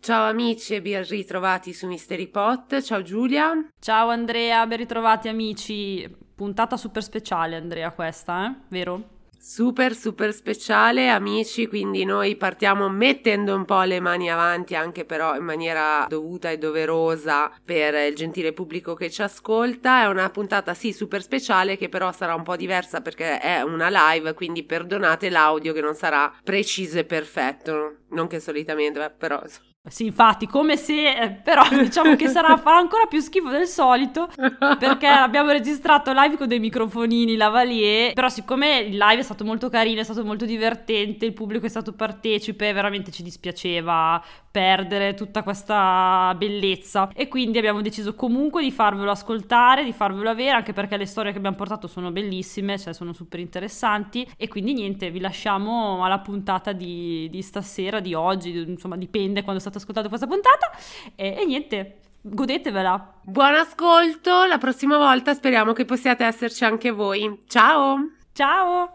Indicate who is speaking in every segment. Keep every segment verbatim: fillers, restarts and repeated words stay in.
Speaker 1: Ciao amici e ben ritrovati su Mystery Pot. Ciao Giulia.
Speaker 2: Ciao Andrea, ben ritrovati amici. Puntata super speciale Andrea questa, eh? Vero?
Speaker 1: Super super speciale amici, quindi noi partiamo mettendo un po' le mani avanti, anche però in maniera dovuta e doverosa per il gentile pubblico che ci ascolta. È una puntata sì super speciale che però sarà un po' diversa perché è una live, quindi perdonate l'audio che non sarà preciso e perfetto, non che solitamente, però...
Speaker 2: Sì, infatti, come se, eh, però diciamo che sarà, farà ancora più schifo del solito, perché abbiamo registrato live con dei microfonini lavalier, però siccome il live è stato molto carino, è stato molto divertente, il pubblico è stato partecipe, veramente ci dispiaceva perdere tutta questa bellezza e quindi abbiamo deciso comunque di farvelo ascoltare, di farvelo avere, anche perché le storie che abbiamo portato sono bellissime, cioè sono super interessanti, e quindi niente, vi lasciamo alla puntata di, di stasera, di oggi, insomma dipende quando state ascoltando questa puntata, e, e niente, godetevela.
Speaker 1: Buon ascolto, la prossima volta speriamo che possiate esserci anche voi. Ciao!
Speaker 2: Ciao!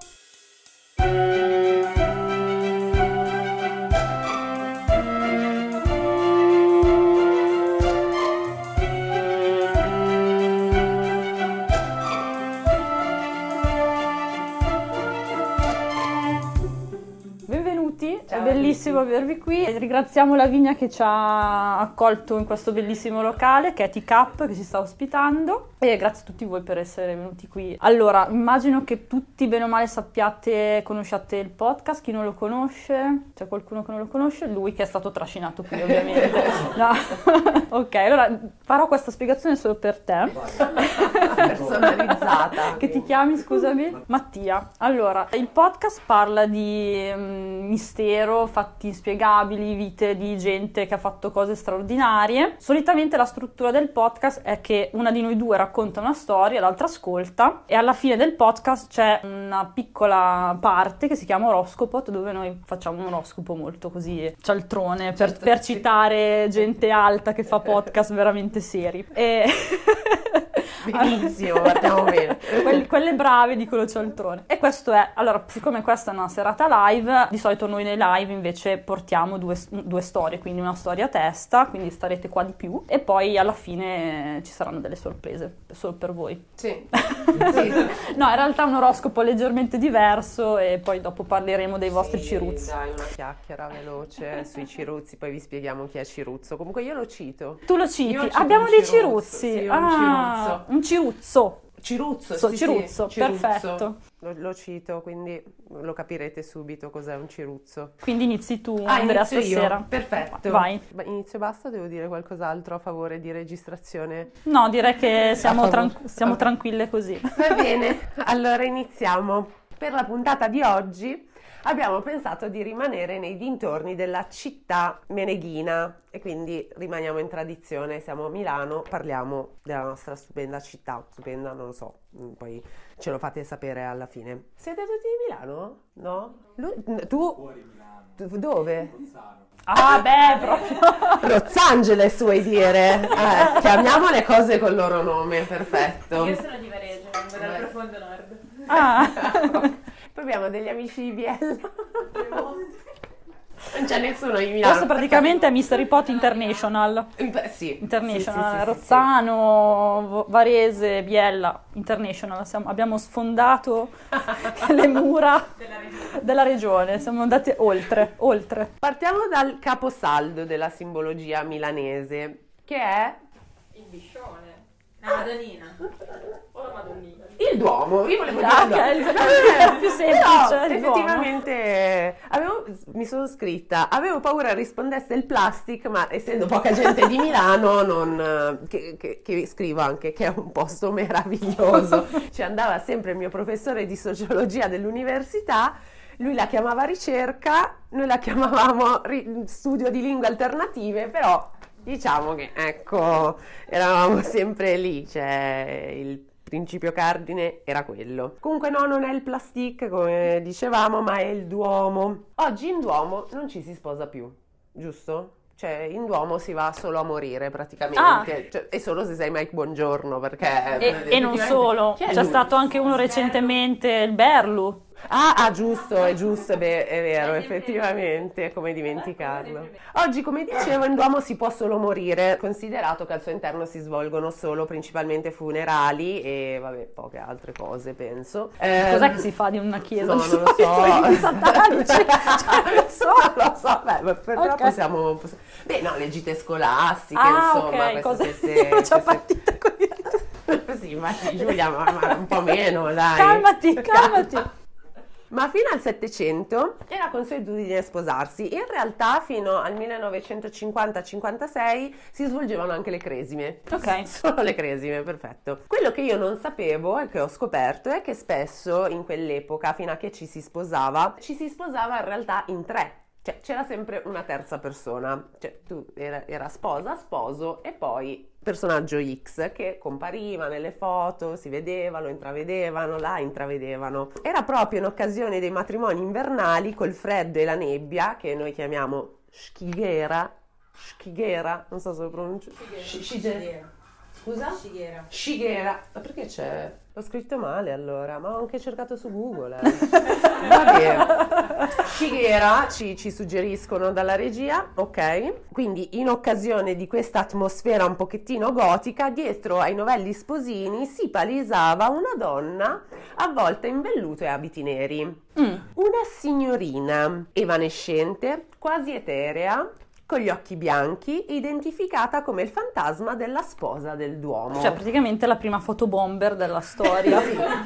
Speaker 2: È bellissimo avervi qui e ringraziamo Lavinia che ci ha accolto in questo bellissimo locale che è Teacup, che ci sta ospitando, e grazie a tutti voi per essere venuti qui. Allora, immagino che tutti bene o male sappiate, conosciate il podcast. Chi non lo conosce? C'è qualcuno che non lo conosce? Lui che è stato trascinato qui ovviamente. No. Ok, allora farò questa spiegazione solo per te.
Speaker 3: Personalizzata.
Speaker 2: Che ti chiami, scusami? Mattia. Allora, il podcast parla di um, mistero, fatti inspiegabili, vite di gente che ha fatto cose straordinarie. Solitamente la struttura del podcast è che una di noi due racconta una storia, l'altra ascolta, e alla fine del podcast c'è una piccola parte che si chiama oroscopo, dove noi facciamo un oroscopo molto così cialtrone, per, certo, per citare gente alta che fa podcast veramente seri. E...
Speaker 3: Benissimo, partiamo bene.
Speaker 2: Quelli, quelle brave dicono cialtrone. E questo è, allora, siccome questa è una serata live, di solito noi nei live invece portiamo due, due storie, quindi una storia a testa, quindi starete qua di più, e poi alla fine ci saranno delle sorprese, solo per voi.
Speaker 3: Sì.
Speaker 2: Sì. No, in realtà è un oroscopo leggermente diverso e poi dopo parleremo dei vostri
Speaker 3: sì,
Speaker 2: ciruzzi.
Speaker 3: Dai, una chiacchiera veloce sui ciruzzi, poi vi spieghiamo chi è Ciruzzo. Comunque io lo cito.
Speaker 2: Tu lo citi?
Speaker 3: Cito
Speaker 2: Abbiamo dei
Speaker 3: ciruzzo,
Speaker 2: ciruzzi.
Speaker 3: sì,
Speaker 2: ah,
Speaker 3: un ciruzzo.
Speaker 2: Un ciruzzo.
Speaker 3: Ciruzzo,
Speaker 2: So,
Speaker 3: sì,
Speaker 2: ciruzzo,
Speaker 3: sì,
Speaker 2: perfetto.
Speaker 3: Lo, lo cito, quindi lo capirete subito cos'è un ciruzzo.
Speaker 2: Quindi inizi tu,
Speaker 3: ah,
Speaker 2: Andrea,
Speaker 3: inizio
Speaker 2: stasera.
Speaker 3: Io. Perfetto.
Speaker 2: Vai.
Speaker 3: Inizio e basta, devo dire qualcos'altro a favore di registrazione?
Speaker 2: No, direi che siamo, tran- siamo okay. tranquille così.
Speaker 3: Va bene, allora iniziamo. Per la puntata di oggi abbiamo pensato di rimanere nei dintorni della città meneghina e quindi rimaniamo in tradizione, siamo a Milano, parliamo della nostra stupenda città, stupenda non lo so, poi ce lo fate sapere alla fine. Siete tutti di Milano? No? Lui, tu?
Speaker 4: Fuori Milano.
Speaker 3: Tu, dove?
Speaker 4: Rozzano.
Speaker 2: Ah beh, proprio
Speaker 3: Rozangeles vuoi dire? Eh, chiamiamo le cose col loro nome, perfetto.
Speaker 5: Io sono di Vareggio, vengo dal profondo nord.
Speaker 2: Ah.
Speaker 3: Poi abbiamo degli amici di Biella. Non c'è nessuno in Milano.
Speaker 2: Questo praticamente è Mystery Pot International.
Speaker 3: Beh, sì.
Speaker 2: International,
Speaker 3: sì, sì, sì,
Speaker 2: Rozzano, sì. Varese, Biella, International. Siamo, abbiamo sfondato le mura
Speaker 5: della regione.
Speaker 2: della regione, siamo andati oltre, oltre.
Speaker 3: Partiamo dal caposaldo della simbologia milanese, che è
Speaker 5: il biscione. La Madonnina. O la Madonnina.
Speaker 3: il Duomo. Io volevo
Speaker 2: Ah,
Speaker 3: dire
Speaker 2: okay,
Speaker 3: no.
Speaker 2: è più semplice.
Speaker 3: No,
Speaker 2: il
Speaker 3: effettivamente avevo, mi sono scritta, avevo paura rispondesse il plastic, ma essendo poca gente di Milano, non, che, che, che scrivo anche che è un posto meraviglioso. Ci andava sempre il mio professore di sociologia dell'università. Lui la chiamava ricerca, noi la chiamavamo ri- studio di lingue alternative, però diciamo che, ecco, eravamo sempre lì, cioè il principio cardine era quello. Comunque no, non è il plastic, come dicevamo, ma è il Duomo. Oggi in Duomo non ci si sposa più, giusto? Cioè in Duomo si va solo a morire praticamente,
Speaker 2: ah.
Speaker 3: cioè, e solo se sei Mike Buongiorno, perché...
Speaker 2: E, e non solo, c'è
Speaker 3: lui?
Speaker 2: stato anche uno recentemente, il Berlu.
Speaker 3: Ah, ah, giusto, è giusto, beh, è vero, effettivamente, come dimenticarlo. Oggi, come dicevo, in Duomo si può solo morire, considerato che al suo interno si svolgono solo principalmente funerali e, vabbè, poche altre cose, penso. Eh,
Speaker 2: Cos'è che si fa di una chiesa?
Speaker 3: No,
Speaker 2: di
Speaker 3: non lo
Speaker 2: solito
Speaker 3: so.
Speaker 2: i satanici? Cioè, non so.
Speaker 3: Non lo so, beh, ma però
Speaker 2: Ok.
Speaker 3: possiamo, possiamo- Beh, no, le gite scolastiche,
Speaker 2: Ah,
Speaker 3: insomma,
Speaker 2: ok,
Speaker 3: queste-
Speaker 2: cose...
Speaker 3: queste-
Speaker 2: Io ho già
Speaker 3: queste-
Speaker 2: partita con i...
Speaker 3: Sì, infatti, Giulia, ma, ma un po' meno, dai.
Speaker 2: Calmati, calmati.
Speaker 3: Ma fino al Settecento era consuetudine sposarsi. In realtà fino al millenovecentocinquanta cinquantasei si svolgevano anche le cresime.
Speaker 2: Ok.
Speaker 3: Solo le cresime, perfetto. Quello che io non sapevo e che ho scoperto è che spesso in quell'epoca, fino a che ci si sposava, ci si sposava in realtà in tre. Cioè c'era sempre una terza persona. Cioè tu era, era sposa, sposo e poi personaggio X che compariva nelle foto, si vedeva, lo intravedevano, la intravedevano. Era proprio in occasione dei matrimoni invernali col freddo e la nebbia, che noi chiamiamo schighera, schighera, non so se lo pronuncio. Sci- scigera. Scusa?
Speaker 5: Scighera.
Speaker 3: Scighera. Ma perché c'è? L'ho scritto male allora, ma ho anche cercato su Google. Eh. Vabbè. Scighera ci, ci suggeriscono dalla regia, ok? Quindi in occasione di questa atmosfera un pochettino gotica, dietro ai novelli sposini si palesava una donna avvolta in velluto e abiti neri.
Speaker 2: Mm.
Speaker 3: Una signorina evanescente, quasi eterea, con gli occhi bianchi, identificata come il fantasma della sposa del Duomo.
Speaker 2: Cioè praticamente la prima fotobomber della storia.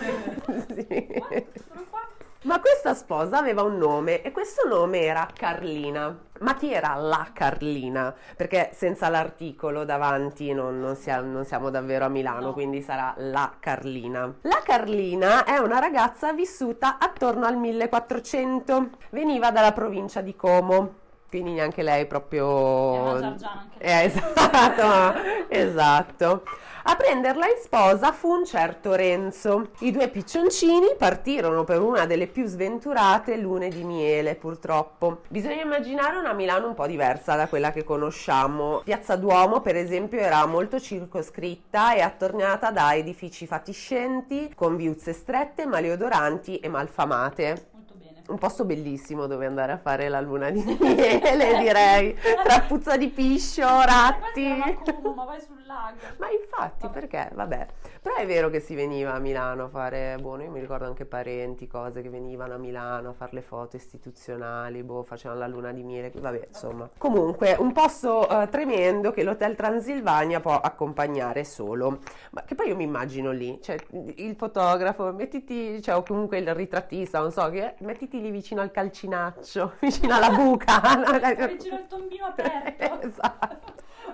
Speaker 3: Sì. Ma questa sposa aveva un nome e questo nome era Carlina. Ma chi era la Carlina? Perché senza l'articolo davanti non, non, siamo, non siamo davvero a Milano,
Speaker 2: No.
Speaker 3: quindi sarà la Carlina. La Carlina è una ragazza vissuta attorno al millequattrocento. Veniva dalla provincia di Como. Quindi neanche lei proprio...
Speaker 2: È una Giargiana anche lei.
Speaker 3: Eh, esatto, esatto. A prenderla in sposa fu un certo Renzo. I due piccioncini partirono per una delle più sventurate lune di miele, purtroppo. Bisogna immaginare una Milano un po' diversa da quella che conosciamo. Piazza Duomo, per esempio, era molto circoscritta e attorniata da edifici fatiscenti, con viuzze strette, maleodoranti e malfamate.
Speaker 2: Molto bene.
Speaker 3: Un posto bellissimo dove andare a fare la luna di miele, direi. Tra puzza di piscio, ratti.
Speaker 2: Questa era Como, ma vai sul lago.
Speaker 3: Ma infatti, perché? Vabbè. Però è vero che si veniva a Milano a fare, boh, io mi ricordo anche parenti, cose che venivano a Milano a fare le foto istituzionali, boh, facevano la luna di miele, vabbè, insomma. Comunque, un posto eh, tremendo che l'Hotel Transilvania può accompagnare solo. Ma che poi io mi immagino lì, cioè il fotografo, mettiti, cioè o comunque il ritrattista, non so che, mettiti lì vicino al calcinaccio, vicino alla buca.
Speaker 2: Vicino al tombino aperto.
Speaker 3: Esatto.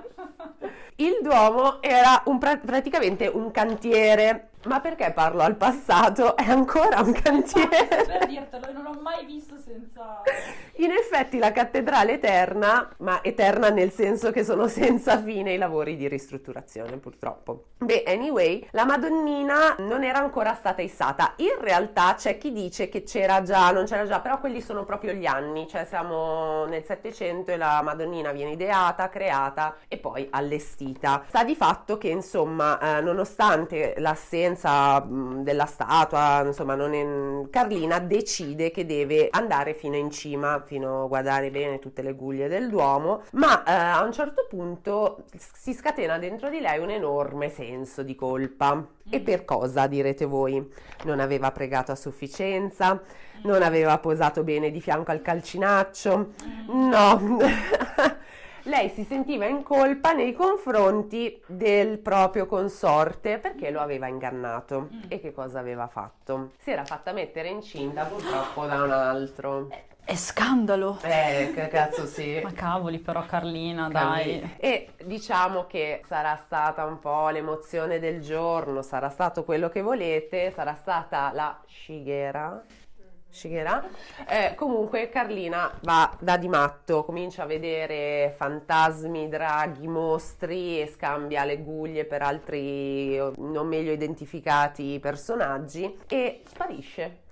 Speaker 3: Il Duomo era un pra- praticamente un cantiere, ma perché parlo al passato? È ancora un cantiere.
Speaker 2: Per dirtelo, io non l'ho mai visto senza...
Speaker 3: In effetti la cattedrale è eterna, ma eterna nel senso che sono senza fine i lavori di ristrutturazione, purtroppo. Beh, anyway, la Madonnina non era ancora stata issata. In realtà c'è chi dice che c'era già, non c'era già, però quelli sono proprio gli anni, cioè siamo nel Settecento e la Madonnina viene ideata, creata e poi allestita. Sta di fatto che, insomma, eh, nonostante l'assenza mh, della statua, insomma, non è... Carlina decide che deve andare fino in cima, fino a guardare bene tutte le guglie del Duomo, ma eh, a un certo punto si scatena dentro di lei un enorme senso di colpa. E per cosa, direte voi? Non aveva pregato a sufficienza? Non aveva posato bene di fianco al calcinaccio? No. Lei si sentiva in colpa nei confronti del proprio consorte perché lo aveva ingannato. E che cosa aveva fatto? Si era fatta mettere incinta purtroppo da un altro.
Speaker 2: È scandalo.
Speaker 3: Eh, che cazzo sì.
Speaker 2: Ma cavoli però Carlina,
Speaker 3: Carlina.
Speaker 2: dai.
Speaker 3: E diciamo che sarà stata un po' l'emozione del giorno, sarà stato quello che volete, sarà stata la scighera. Scighera. Eh, comunque Carlina va da di matto, comincia a vedere fantasmi, draghi, mostri e scambia le guglie per altri non meglio identificati personaggi e sparisce.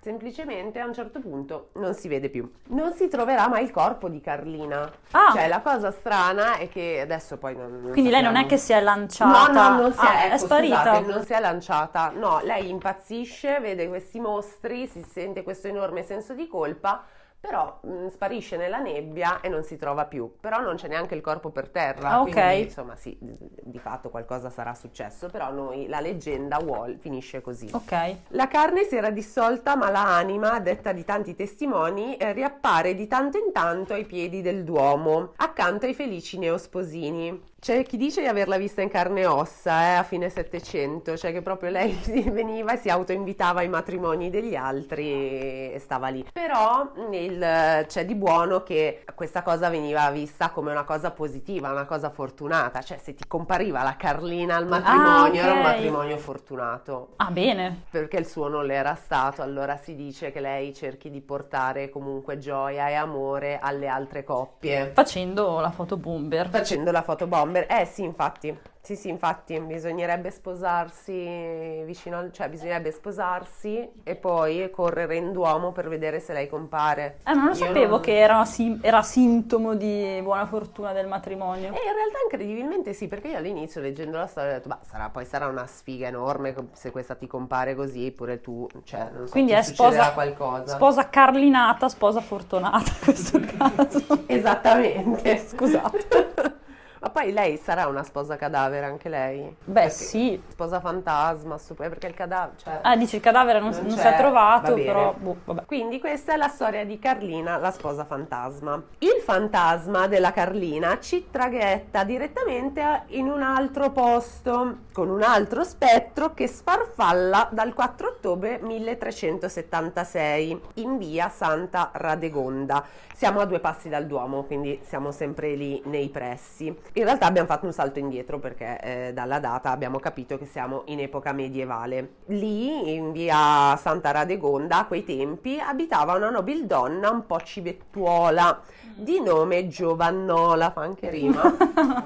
Speaker 3: semplicemente a un certo punto non si vede più. Non si troverà mai il corpo di Carlina.
Speaker 2: Ah.
Speaker 3: Cioè la cosa strana è che adesso poi non, non
Speaker 2: Quindi lei non è
Speaker 3: sappiamo.
Speaker 2: che si è lanciata.
Speaker 3: No, no, non si è,
Speaker 2: Ah,
Speaker 3: ecco,
Speaker 2: è sparita.
Speaker 3: scusate, non si è lanciata. No, lei impazzisce, vede questi mostri, si sente questo enorme senso di colpa, però mh, sparisce nella nebbia e non si trova più. Però non c'è neanche il corpo per terra.
Speaker 2: Ah, ok.
Speaker 3: Quindi, insomma, sì, di fatto qualcosa sarà successo, però noi, la leggenda vuol, finisce così.
Speaker 2: Ok.
Speaker 3: La carne si era dissolta, ma l'anima, a detta di tanti testimoni, eh, riappare di tanto in tanto ai piedi del Duomo, accanto ai felici neosposini. C'è chi dice di averla vista in carne e ossa, eh, a fine Settecento, cioè che proprio lei veniva e si autoinvitava ai matrimoni degli altri e, e stava lì. Però il, c'è di buono che questa cosa veniva vista come una cosa positiva, una cosa fortunata, cioè se ti compariva la Carlina al matrimonio,
Speaker 2: Ah,
Speaker 3: era un
Speaker 2: ok.
Speaker 3: matrimonio fortunato.
Speaker 2: Ah, bene.
Speaker 3: Perché il suo non l'era stato, allora si dice che lei cerchi di portare comunque gioia e amore alle altre coppie.
Speaker 2: Facendo la fotobomber.
Speaker 3: Facendo la fotobomber. Eh sì, infatti. Sì, sì, infatti bisognerebbe sposarsi vicino al... cioè bisognerebbe sposarsi e poi correre in Duomo per vedere se lei compare.
Speaker 2: Eh, non lo
Speaker 3: Io
Speaker 2: sapevo
Speaker 3: non-
Speaker 2: che era, sim- era sintomo di buona fortuna del matrimonio.
Speaker 3: E in realtà incredibilmente sì, perché io all'inizio leggendo la storia ho detto, bah, sarà, poi sarà una sfiga enorme se questa ti compare così, pure tu, cioè non so,
Speaker 2: Quindi
Speaker 3: ti
Speaker 2: è
Speaker 3: succederà
Speaker 2: sposa,
Speaker 3: qualcosa.
Speaker 2: sposa carlinata, sposa fortunata in questo caso.
Speaker 3: Esattamente.
Speaker 2: Scusate.
Speaker 3: Ma poi lei sarà una sposa cadavere anche lei?
Speaker 2: Beh,
Speaker 3: Perché-
Speaker 2: sì.
Speaker 3: Sposa fantasma, stu- eh, perché il cadavere... Cioè,
Speaker 2: Ah, dici il cadavere non,
Speaker 3: non
Speaker 2: non si
Speaker 3: c'è,
Speaker 2: è trovato,
Speaker 3: va bene.
Speaker 2: però boh, vabbè.
Speaker 3: Quindi questa è la storia di Carlina, la sposa fantasma. Il fantasma della Carlina ci traghetta direttamente a- in un altro posto, con un altro spettro che sfarfalla dal quattro ottobre milletrecentosettantasei in via Santa Radegonda. Siamo a due passi dal Duomo, quindi siamo sempre lì nei pressi. In realtà abbiamo fatto un salto indietro perché eh, dalla data abbiamo capito che siamo in epoca medievale. Lì, in via Santa Radegonda, a quei tempi, abitava una nobildonna un po' civettuola, di nome Giovannola, fa anche rima,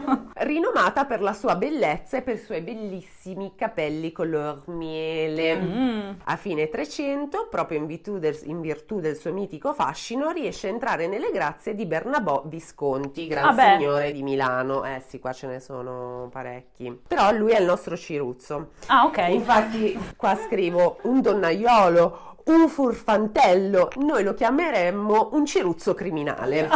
Speaker 3: rinomata per la sua bellezza e per i suoi bellissimi capelli color miele.
Speaker 2: Mm.
Speaker 3: A fine trecento, proprio in virtù, del, in virtù del suo mitico fascino, riesce a entrare nelle grazie di Bernabò Visconti, gran
Speaker 2: Ah beh.
Speaker 3: signore di Milano. Eh sì, qua ce ne sono parecchi. Però lui è il nostro Ciruzzo.
Speaker 2: Ah, ok.
Speaker 3: Infatti qua scrivo un donnaiolo, un furfantello, noi lo chiameremmo un Ciruzzo criminale.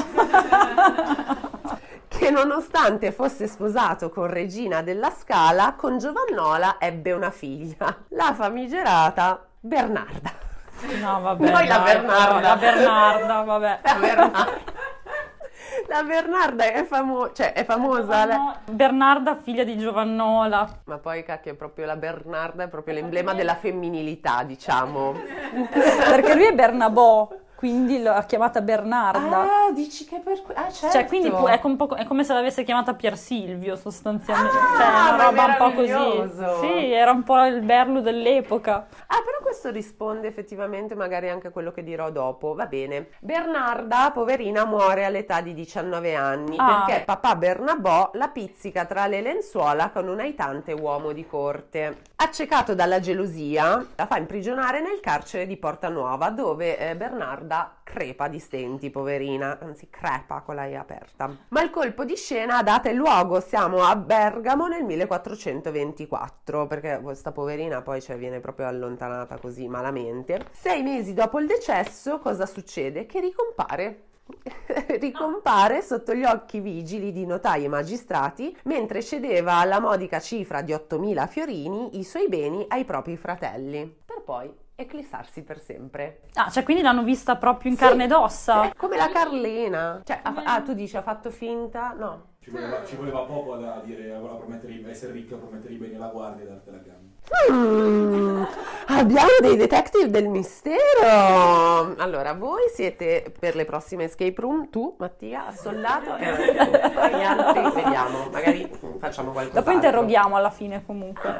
Speaker 3: Che nonostante fosse sposato con Regina della Scala, con Giovannola ebbe una figlia, la famigerata Bernarda.
Speaker 2: No, vabbè.
Speaker 3: Noi la
Speaker 2: dai,
Speaker 3: Bernarda.
Speaker 2: La Bernarda, vabbè.
Speaker 3: La Bernarda, la Bernarda è, famo- cioè, è famosa, le-
Speaker 2: No, Bernarda, figlia di Giovannola.
Speaker 3: ma poi cacchio è proprio la Bernarda, è proprio l'emblema della femminilità, diciamo.
Speaker 2: Perché lui è Bernabò, quindi l'ha chiamata Bernarda.
Speaker 3: Ah, dici che per... Ah, certo.
Speaker 2: Cioè, quindi pu- è, com- è come se l'avesse chiamata Pier Silvio, sostanzialmente.
Speaker 3: Ah,
Speaker 2: cioè,
Speaker 3: ma
Speaker 2: una
Speaker 3: è
Speaker 2: roba un po' così.
Speaker 3: meraviglioso.
Speaker 2: Sì, era un po' il Berlu dell'epoca.
Speaker 3: Ah, però questo risponde effettivamente magari anche a quello che dirò dopo. Va bene. Bernarda, poverina, muore all'età di diciannove anni
Speaker 2: Ah.
Speaker 3: perché papà Bernabò la pizzica tra le lenzuola con un aitante uomo di corte. Accecato dalla gelosia, la fa imprigionare nel carcere di Porta Nuova, dove eh, Bernarda crepa di stenti, poverina, anzi crepa con la I aperta. Ma il colpo di scena ha data il luogo, siamo a Bergamo nel millequattrocentoventiquattro, perché questa poverina poi cioè, viene proprio allontanata così malamente. Sei mesi dopo il decesso, cosa succede? Che ricompare. ricompare sotto gli occhi vigili di notai e magistrati mentre cedeva alla modica cifra di ottomila fiorini i suoi beni ai propri fratelli, per poi eclissarsi per sempre.
Speaker 2: Ah, cioè quindi l'hanno vista proprio in
Speaker 3: Sì.
Speaker 2: carne ed ossa.
Speaker 3: Sì, come la Carlina. Cioè, ha- ah, tu dici ha fatto finta? No.
Speaker 4: Ci voleva, ci voleva poco da dire, voleva promettere di essere ricca, promettere i beni alla guardia e dartela a gambe.
Speaker 3: Mm, abbiamo dei detective del mistero. Allora, voi siete per le prossime escape room, tu Mattia a soldato e poi gli altri vediamo, magari facciamo qualcosa.
Speaker 2: Dopo interroghiamo alla fine comunque.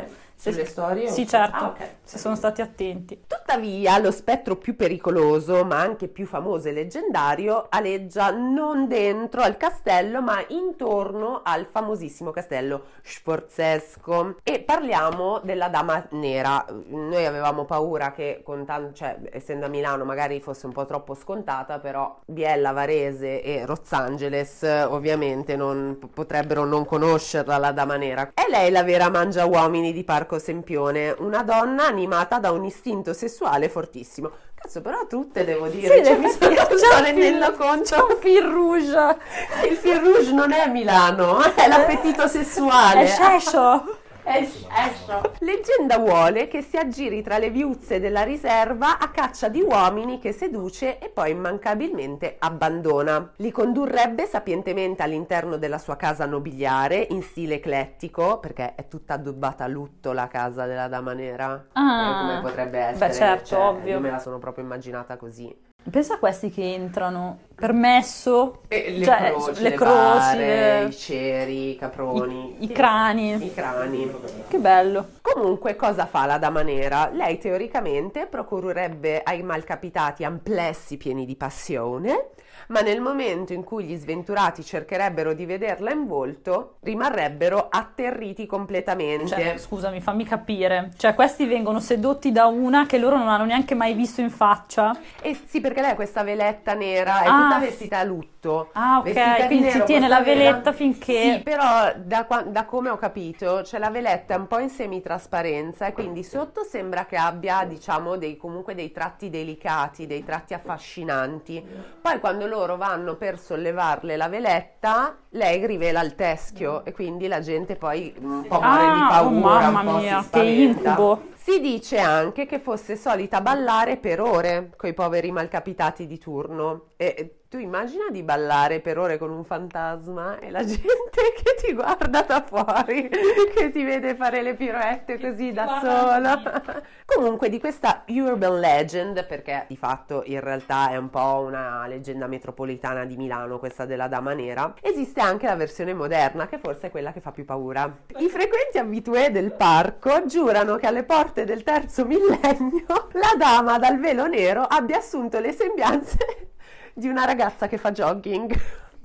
Speaker 3: Sulle storie?
Speaker 2: Sì, certo,
Speaker 3: Ah, ok.
Speaker 2: se sono stati attenti.
Speaker 3: Tuttavia, lo spettro più pericoloso, ma anche più famoso e leggendario, aleggia non dentro al castello, ma intorno al famosissimo castello sforzesco. E parliamo della Dama Nera. Noi avevamo paura che, con tan- cioè, essendo a Milano, magari fosse un po' troppo scontata, però Biella, Varese e Rozzangeles ovviamente non p- potrebbero non conoscerla, la Dama Nera. È lei la vera mangiauomini di Parco Sempione, una donna animata da un istinto sessuale fortissimo. Cazzo, però tutte devo dire,
Speaker 2: Sì,
Speaker 3: cioè, mi
Speaker 2: infatti
Speaker 3: sto,
Speaker 2: c'è
Speaker 3: sto
Speaker 2: un
Speaker 3: rendendo
Speaker 2: fil-
Speaker 3: conto.
Speaker 2: c'è un fil rouge.
Speaker 3: Il fil rouge non è a Milano, è l'appetito sessuale.
Speaker 2: È sceso.
Speaker 3: È sceso. Leggenda vuole che si aggiri tra le viuzze della riserva a caccia di uomini che seduce e poi immancabilmente abbandona. Li condurrebbe sapientemente all'interno della sua casa nobiliare in stile eclettico, perché è tutta addobbata a lutto la casa della Dama Nera.
Speaker 2: Ah.
Speaker 3: Eh, come potrebbe essere?
Speaker 2: Beh, certo,
Speaker 3: cioè,
Speaker 2: ovvio.
Speaker 3: Io me la sono proprio immaginata così.
Speaker 2: Pensa a questi che entrano, permesso,
Speaker 3: E le
Speaker 2: cioè,
Speaker 3: croci,
Speaker 2: le
Speaker 3: le
Speaker 2: croci,
Speaker 3: bare,
Speaker 2: le-
Speaker 3: i ceri, i caproni,
Speaker 2: i
Speaker 3: Sì,
Speaker 2: crani.
Speaker 3: i crani.
Speaker 2: Che bello.
Speaker 3: Comunque, cosa fa la Dama Nera? Lei teoricamente procurerebbe ai malcapitati amplessi pieni di passione, ma nel momento in cui gli sventurati cercherebbero di vederla in volto, rimarrebbero atterriti completamente.
Speaker 2: Cioè, scusami, fammi capire. Cioè, questi vengono sedotti da una che loro non hanno neanche mai visto in faccia.
Speaker 3: Eh sì, perché lei ha questa veletta nera, è
Speaker 2: Ah.
Speaker 3: tutta vestita a lutto.
Speaker 2: Ah, ok,
Speaker 3: Vestita di
Speaker 2: quindi si
Speaker 3: nero,
Speaker 2: tiene
Speaker 3: questa
Speaker 2: la veletta
Speaker 3: vela-
Speaker 2: finché-
Speaker 3: Sì, però da, qua- da come ho capito, cioè la veletta è un po' in semitrasparenza e quindi sotto sembra che abbia, diciamo, dei, comunque dei tratti delicati, dei tratti affascinanti. Poi quando loro vanno per sollevarle la veletta, lei rivela il teschio e quindi la gente poi un po' muore di
Speaker 2: Ah,
Speaker 3: paura,
Speaker 2: oh,
Speaker 3: un
Speaker 2: mamma
Speaker 3: po'
Speaker 2: mia,
Speaker 3: si
Speaker 2: che
Speaker 3: spaventa.
Speaker 2: incubo.
Speaker 3: Si dice anche che fosse solita ballare per ore coi poveri malcapitati di turno. E e tu immagina di ballare per ore con un fantasma e la gente che ti guarda da fuori, che ti vede fare le piroette così da sola. Comunque di questa urban legend, perché di fatto in realtà è un po' una leggenda metropolitana di Milano, questa della Dama Nera, esiste anche la versione moderna, che forse è quella che fa più paura. I frequenti abitué del parco giurano che alle porte del terzo millennio la dama dal velo nero abbia assunto le sembianze di una ragazza che fa jogging.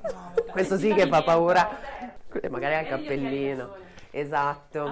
Speaker 3: Questo sì che fa paura. Magari ha il cappellino. Esatto.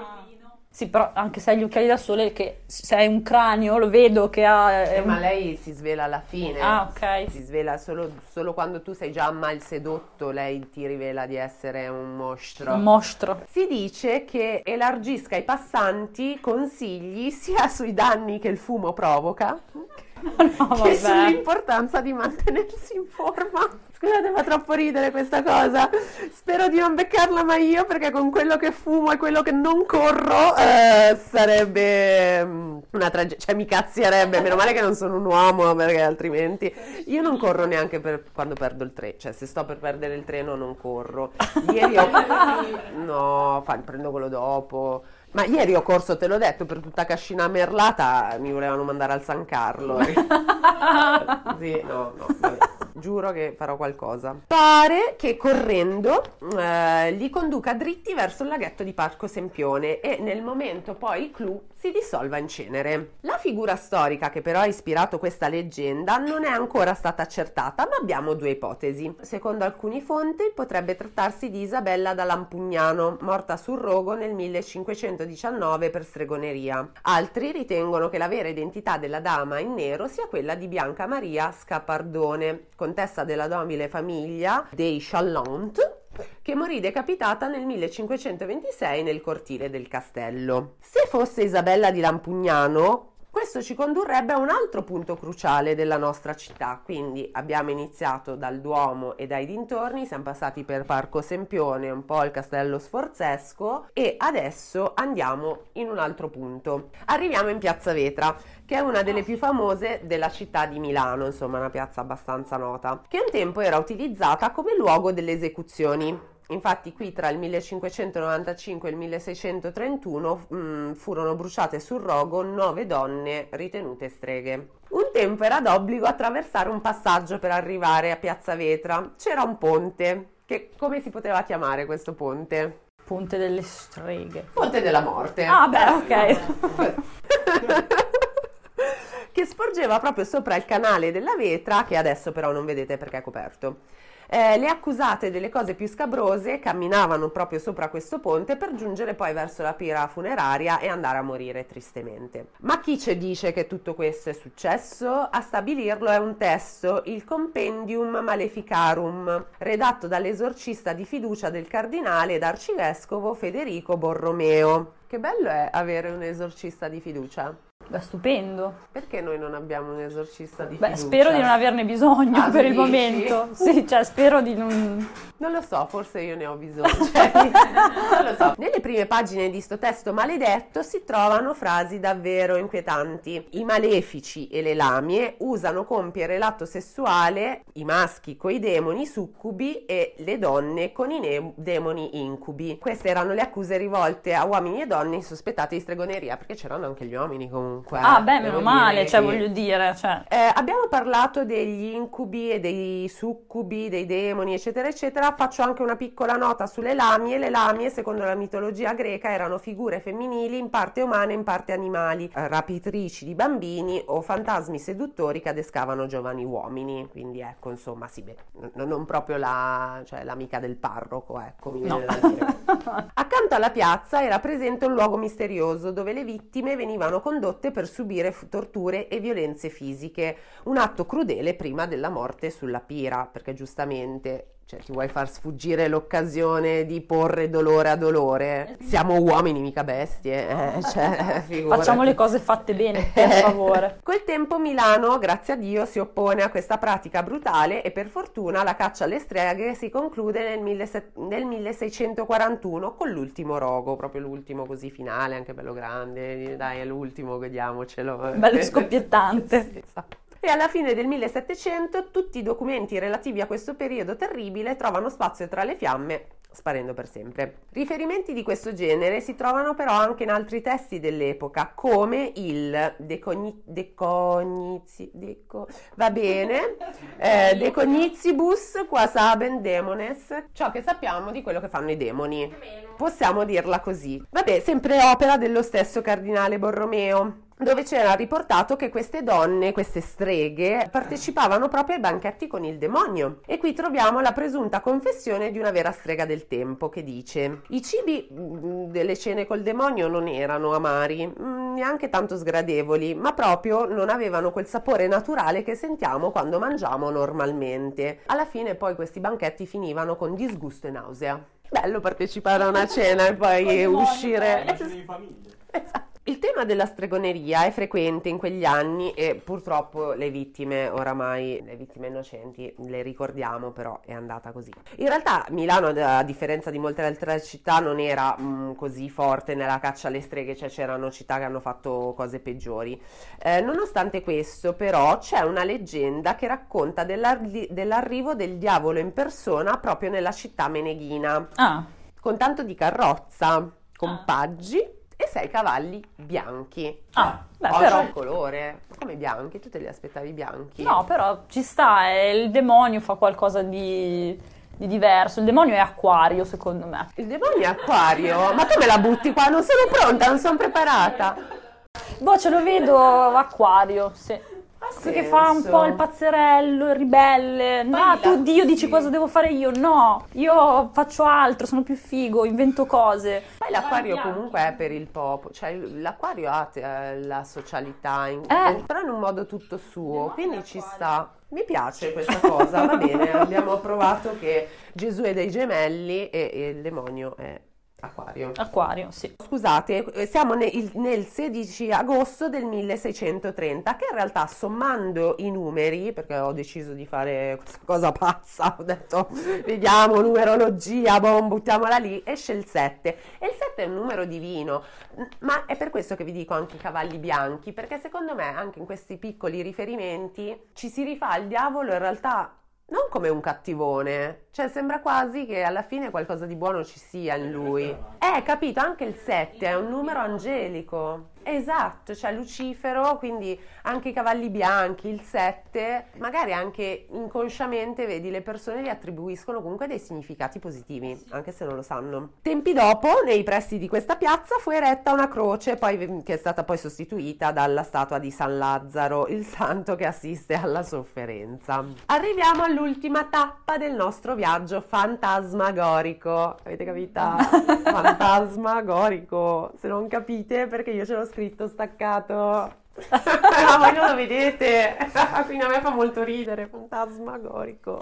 Speaker 2: Sì, però anche se hai gli occhiali da sole, che se hai un cranio, lo vedo che ha... è
Speaker 3: Eh,
Speaker 2: un-
Speaker 3: ma lei si svela alla fine.
Speaker 2: Ah, ok.
Speaker 3: Si svela solo, solo quando tu sei già mal sedotto, lei ti rivela di essere un mostro.
Speaker 2: un mostro.
Speaker 3: Si dice che elargisca ai passanti consigli sia sui danni che il fumo provoca,
Speaker 2: No,
Speaker 3: che
Speaker 2: vabbè.
Speaker 3: sull'importanza di mantenersi in forma. Scusate, fa troppo ridere questa cosa. Spero di non beccarla mai io, perché con quello che fumo e quello che non corro eh, sarebbe mm, una tragedia. Cioè, mi cazzierebbe. Meno male che non sono un uomo, perché altrimenti io non corro neanche per quando perdo il treno. Cioè, se sto per perdere il treno non corro. Ieri ho... No, fa- prendo quello dopo. Ma ieri ho corso, te l'ho detto, per tutta Cascina Merlata, mi volevano mandare al San Carlo. Sì, no, no, vabbè. Giuro che farò qualcosa. Pare che correndo eh, li conduca dritti verso il laghetto di Parco Sempione e nel momento poi il clou si dissolva in cenere. La figura storica che però ha ispirato questa leggenda non è ancora stata accertata, ma abbiamo due ipotesi. Secondo alcuni fonti potrebbe trattarsi di Isabella da Lampugnano, morta sul rogo nel millecinquecentodiciannove per stregoneria. Altri ritengono che la vera identità della dama in nero sia quella di Bianca Maria Scapardone, contessa della nobile famiglia dei Challant, che morì decapitata nel millecinquecentoventisei nel cortile del castello. Se fosse Isabella di Lampugnano, questo ci condurrebbe a un altro punto cruciale della nostra città. Quindi abbiamo iniziato dal Duomo e dai dintorni, siamo passati per Parco Sempione, un po' il Castello Sforzesco e adesso andiamo in un altro punto. Arriviamo in Piazza Vetra, che è una delle più famose della città di Milano, insomma una piazza abbastanza nota, che un tempo era utilizzata come luogo delle esecuzioni. Infatti qui tra il millecinquecentonovantacinque e il milleseicentotrentuno mh, furono bruciate sul rogo nove donne ritenute streghe. Un tempo era d'obbligo attraversare un passaggio per arrivare a Piazza Vetra. C'era un ponte, che come si poteva chiamare questo ponte?
Speaker 2: Ponte delle Streghe.
Speaker 3: Ponte della Morte.
Speaker 2: Ah, beh, ok.
Speaker 3: Che sporgeva proprio sopra il canale della Vetra, che adesso però non vedete perché è coperto. Eh, le accusate delle cose più scabrose camminavano proprio sopra questo ponte per giungere poi verso la pira funeraria e andare a morire tristemente. Ma chi ci dice che tutto questo è successo? A stabilirlo è un testo, il Compendium Maleficarum, redatto dall'esorcista di fiducia del cardinale ed arcivescovo Federico Borromeo. Che bello è avere un esorcista di fiducia.
Speaker 2: Beh, stupendo.
Speaker 3: Perché noi non abbiamo un esorcista di
Speaker 2: Beh,
Speaker 3: fiducia?
Speaker 2: spero di non averne bisogno
Speaker 3: Ah,
Speaker 2: per il
Speaker 3: dici?
Speaker 2: momento. Sì, cioè spero di non...
Speaker 3: Non lo so, forse io ne ho bisogno. Cioè, non lo so. Nelle prime pagine di sto testo maledetto si trovano frasi davvero inquietanti. I malefici e le lamie usano compiere l'atto sessuale, i maschi coi demoni succubi e le donne con i ne- demoni incubi. Queste erano le accuse rivolte a uomini e donne sospettati di stregoneria, perché c'erano anche gli uomini comunque.
Speaker 2: Ah, beh,
Speaker 3: devo
Speaker 2: meno male,
Speaker 3: dire
Speaker 2: cioè
Speaker 3: che-
Speaker 2: voglio dire, cioè...
Speaker 3: Eh, abbiamo parlato degli incubi e dei succubi, dei demoni, eccetera, eccetera. Faccio anche una piccola nota sulle lamie. Le lamie, secondo la mitologia greca, erano figure femminili in parte umane e in parte animali, eh, rapitrici di bambini o fantasmi seduttori che adescavano giovani uomini. Quindi ecco, insomma, sì, beh, n- non proprio la, cioè, l'amica del parroco, ecco, mi viene
Speaker 2: No.
Speaker 3: da dire. Accanto alla piazza era presente un luogo misterioso dove le vittime venivano condotte per subire f- torture e violenze fisiche, un atto crudele prima della morte sulla pira, perché giustamente, cioè, ti vuoi far sfuggire l'occasione di porre dolore a dolore? Siamo uomini, mica bestie, eh, cioè, figurati.
Speaker 2: Facciamo le cose fatte bene, per favore.
Speaker 3: Col tempo Milano, grazie a Dio, si oppone a questa pratica brutale e per fortuna la caccia alle streghe si conclude nel, millese- nel milleseicentoquarantuno con l'ultimo rogo, proprio l'ultimo così finale, anche bello grande, dai è l'ultimo, vediamocelo.
Speaker 2: Bello scoppiettante.
Speaker 3: Sì, esatto. E alla fine del millesettecento tutti i documenti relativi a questo periodo terribile trovano spazio tra le fiamme, sparendo per sempre. Riferimenti di questo genere si trovano però anche in altri testi dell'epoca, come il De Cogni... De Cognizi... Deco... Va bene, eh, De Cognizibus quas habent demones, ciò che sappiamo di quello che fanno i demoni. Possiamo dirla così. Vabbè, sempre opera dello stesso cardinale Borromeo, dove c'era riportato che queste donne, queste streghe, partecipavano proprio ai banchetti con il demonio. E qui troviamo la presunta confessione di una vera strega del tempo, che dice: i cibi mh, delle cene col demonio non erano amari, mh, neanche tanto sgradevoli, ma proprio non avevano quel sapore naturale che sentiamo quando mangiamo normalmente. Alla fine poi questi banchetti finivano con disgusto e nausea. Bello partecipare a una cena e poi uscire...
Speaker 4: La cena in famiglia.
Speaker 3: Esatto. Il tema della stregoneria è frequente in quegli anni e purtroppo le vittime, oramai le vittime innocenti, le ricordiamo, però è andata così. In realtà Milano, a differenza di molte altre città, non era mh, così forte nella caccia alle streghe, cioè c'erano città che hanno fatto cose peggiori. Eh, nonostante questo, però, c'è una leggenda che racconta dell'arri- dell'arrivo del diavolo in persona proprio nella città meneghina,
Speaker 2: Ah,
Speaker 3: con tanto di carrozza, con
Speaker 2: Ah.
Speaker 3: paggi e sei cavalli bianchi.
Speaker 2: ah, beh,
Speaker 3: Oggi
Speaker 2: però...
Speaker 3: il colore, come bianchi, tu te li aspettavi bianchi?
Speaker 2: No, però ci sta, eh, il demonio fa qualcosa di, di diverso. Il demonio è acquario, secondo me.
Speaker 3: Il demonio è acquario, ma tu me la butti qua, non sono pronta, non sono preparata.
Speaker 2: Boh, ce lo vedo acquario, sì. Che fa un po' il pazzerello, il ribelle. Ah, tu Dio dici cosa devo fare io? No, io faccio altro, sono più figo, invento cose.
Speaker 3: Poi l'acquario comunque è per il popolo, cioè l'acquario ha eh, la socialità, in-
Speaker 2: Eh.
Speaker 3: però in un modo tutto suo, quindi ci sta. Mi piace questa cosa, va bene, abbiamo provato che Gesù è dei gemelli e, e il demonio è acquario.
Speaker 2: Acquario, sì.
Speaker 3: Scusate, eh, siamo ne- il- nel sedici agosto del milleseicentotrenta, che in realtà sommando i numeri, perché ho deciso di fare questa cosa pazza, ho detto vediamo numerologia, boh, buttiamola lì, esce il sette. E il sette è un numero divino, ma è per questo che vi dico anche i cavalli bianchi, perché secondo me anche in questi piccoli riferimenti ci si rifà al diavolo in realtà non come un cattivone, cioè sembra quasi che alla fine qualcosa di buono ci sia in lui. Eh, capito, anche il sette è un numero angelico. Esatto, cioè Lucifero, quindi anche i cavalli bianchi, il sette, magari anche inconsciamente, vedi, le persone gli attribuiscono comunque dei significati positivi, anche se non lo sanno. Tempi dopo, nei pressi di questa piazza fu eretta una croce, poi, che è stata poi sostituita dalla statua di San Lazzaro, il santo che assiste alla sofferenza. Arriviamo all'ultima tappa del nostro viaggio fantasmagorico. Avete capito? Fantasmagorico. Se non capite, perché io ce l'ho scritto staccato. Ma voi non lo vedete, quindi a me fa molto ridere. Fantasmagorico.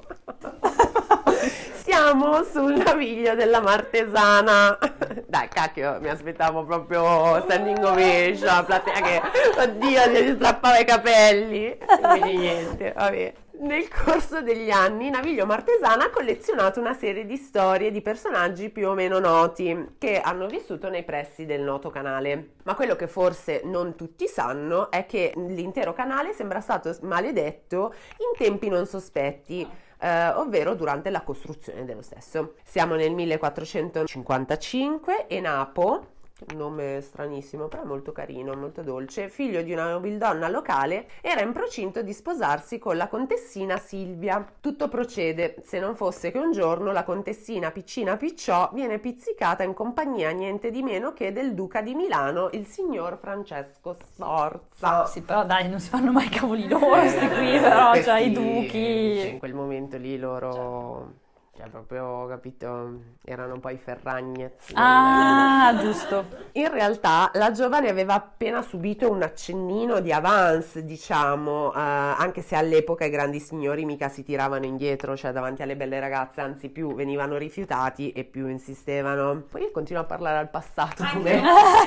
Speaker 3: Siamo sul naviglio della Martesana. Dai, cacchio, mi aspettavo proprio standing ovation, la platea che, oddio, si strappava i capelli. Quindi niente, vabbè. Nel corso degli anni Naviglio Martesana ha collezionato una serie di storie di personaggi più o meno noti che hanno vissuto nei pressi del noto canale. Ma quello che forse non tutti sanno è che l'intero canale sembra stato maledetto in tempi non sospetti, eh, ovvero durante la costruzione dello stesso. Siamo nel millequattrocentocinquantacinque e Napo, un nome stranissimo, però molto carino, molto dolce, figlio di una nobildonna locale, era in procinto di sposarsi con la contessina Silvia. Tutto procede, se non fosse che un giorno la contessina piccina picciò viene pizzicata in compagnia niente di meno che del duca di Milano, il signor Francesco Sforza.
Speaker 2: Sì, però dai, non si fanno mai cavoli loro sti qui, però,
Speaker 3: Questi-
Speaker 2: cioè i duchi.
Speaker 3: In quel momento lì loro... Cioè, proprio, capito, erano poi Ferragnez.
Speaker 2: Ah, giusto.
Speaker 3: In realtà la giovane aveva appena subito un accennino di avance, diciamo, eh, anche se all'epoca i grandi signori mica si tiravano indietro, cioè davanti alle belle ragazze, anzi più venivano rifiutati e più insistevano. Poi io continuo a parlare al passato come,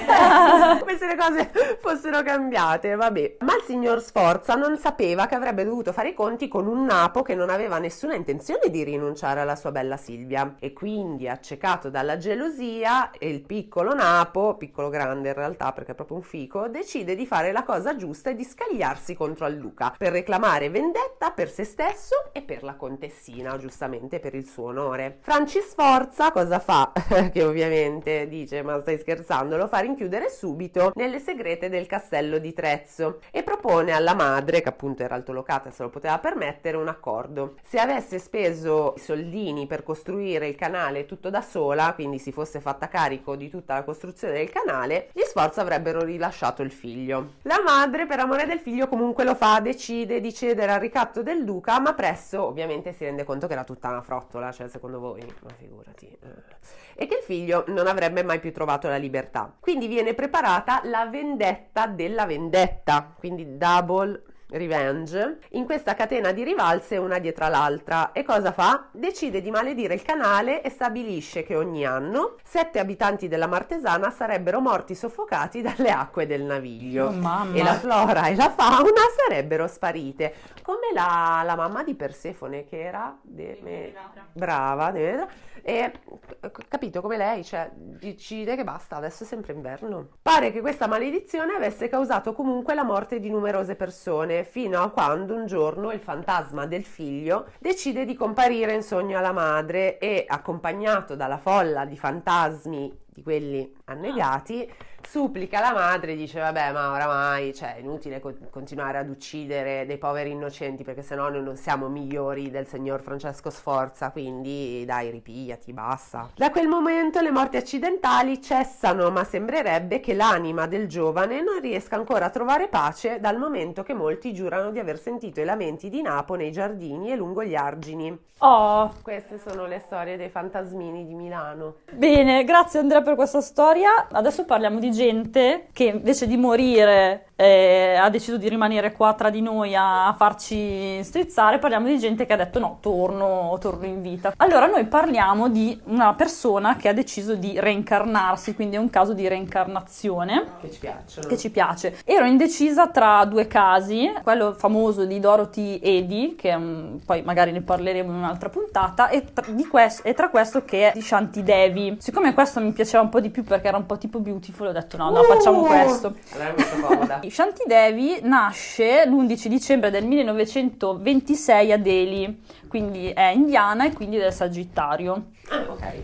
Speaker 3: come se le cose fossero cambiate, vabbè. Ma il signor Sforza non sapeva che avrebbe dovuto fare i conti con un Napo che non aveva nessuna intenzione di rinunciare alla sua bella Silvia, e quindi, accecato dalla gelosia, il piccolo Napo, piccolo grande in realtà perché è proprio un fico, decide di fare la cosa giusta e di scagliarsi contro il duca per reclamare vendetta per se stesso e per la contessina, giustamente per il suo onore. Franci Sforza cosa fa? Che ovviamente dice: ma stai scherzando? Lo fa rinchiudere subito nelle segrete del castello di Trezzo e propone alla madre, che appunto era altolocata e se lo poteva permettere, un accordo. Se avesse speso i soldini per costruire il canale tutto da sola, quindi si fosse fatta carico di tutta la costruzione del canale, gli Sforza avrebbero rilasciato il figlio. La madre, per amore del figlio, comunque lo fa, decide di cedere al ricatto del duca, ma presto ovviamente si rende conto che era tutta una frottola, cioè secondo voi, ma figurati, eh. E che il figlio non avrebbe mai più trovato la libertà. Quindi viene preparata la vendetta della vendetta, quindi double revenge, in questa catena di rivalse una dietro l'altra. E cosa fa? Decide di maledire il canale e stabilisce che ogni anno sette abitanti della Martesana sarebbero morti soffocati dalle acque del Naviglio.
Speaker 2: Oh, mamma.
Speaker 3: E la flora e la fauna sarebbero sparite, come la, la mamma di Persefone, che era Deme- brava, Demetra, e capito, come lei, cioè decide che basta, adesso è sempre inverno. Pare che questa maledizione avesse causato comunque la morte di numerose persone, fino a quando un giorno il fantasma del figlio decide di comparire in sogno alla madre e, accompagnato dalla folla di fantasmi, di quelli annegati, supplica la madre, dice: vabbè, ma oramai, cioè, è inutile co- continuare ad uccidere dei poveri innocenti, perché sennò noi non siamo migliori del signor Francesco Sforza, quindi dai, ripigliati, basta. Da quel momento le morti accidentali cessano, ma sembrerebbe che l'anima del giovane non riesca ancora a trovare pace, dal momento che molti giurano di aver sentito i lamenti di Napo nei giardini e lungo gli argini.
Speaker 2: Oh,
Speaker 3: Queste sono le storie dei fantasmini di Milano.
Speaker 2: bene, grazie Andrea per questa storia. Adesso parliamo di gente che invece di morire eh, ha deciso di rimanere qua tra di noi a farci strizzare. Parliamo di gente che ha detto: no, torno, torno in vita. Allora noi parliamo di una persona che ha deciso di reincarnarsi, quindi è un caso di reincarnazione
Speaker 3: Che ci piacciono.
Speaker 2: che ci piace. Ero indecisa tra due casi, quello famoso di Dorothy Eddy, che um, poi magari ne parleremo in un'altra puntata, e tra, di quest- e tra questo che è di Shanti Devi. Siccome questo mi piaceva un po' di più perché era un po' tipo Beautiful, ho detto no, no, facciamo questo.
Speaker 3: Allora è molto comoda.
Speaker 2: Shanti Devi nasce l'undici dicembre del millenovecentoventisei a Delhi, quindi è indiana e quindi del Sagittario.
Speaker 3: Ah, ok.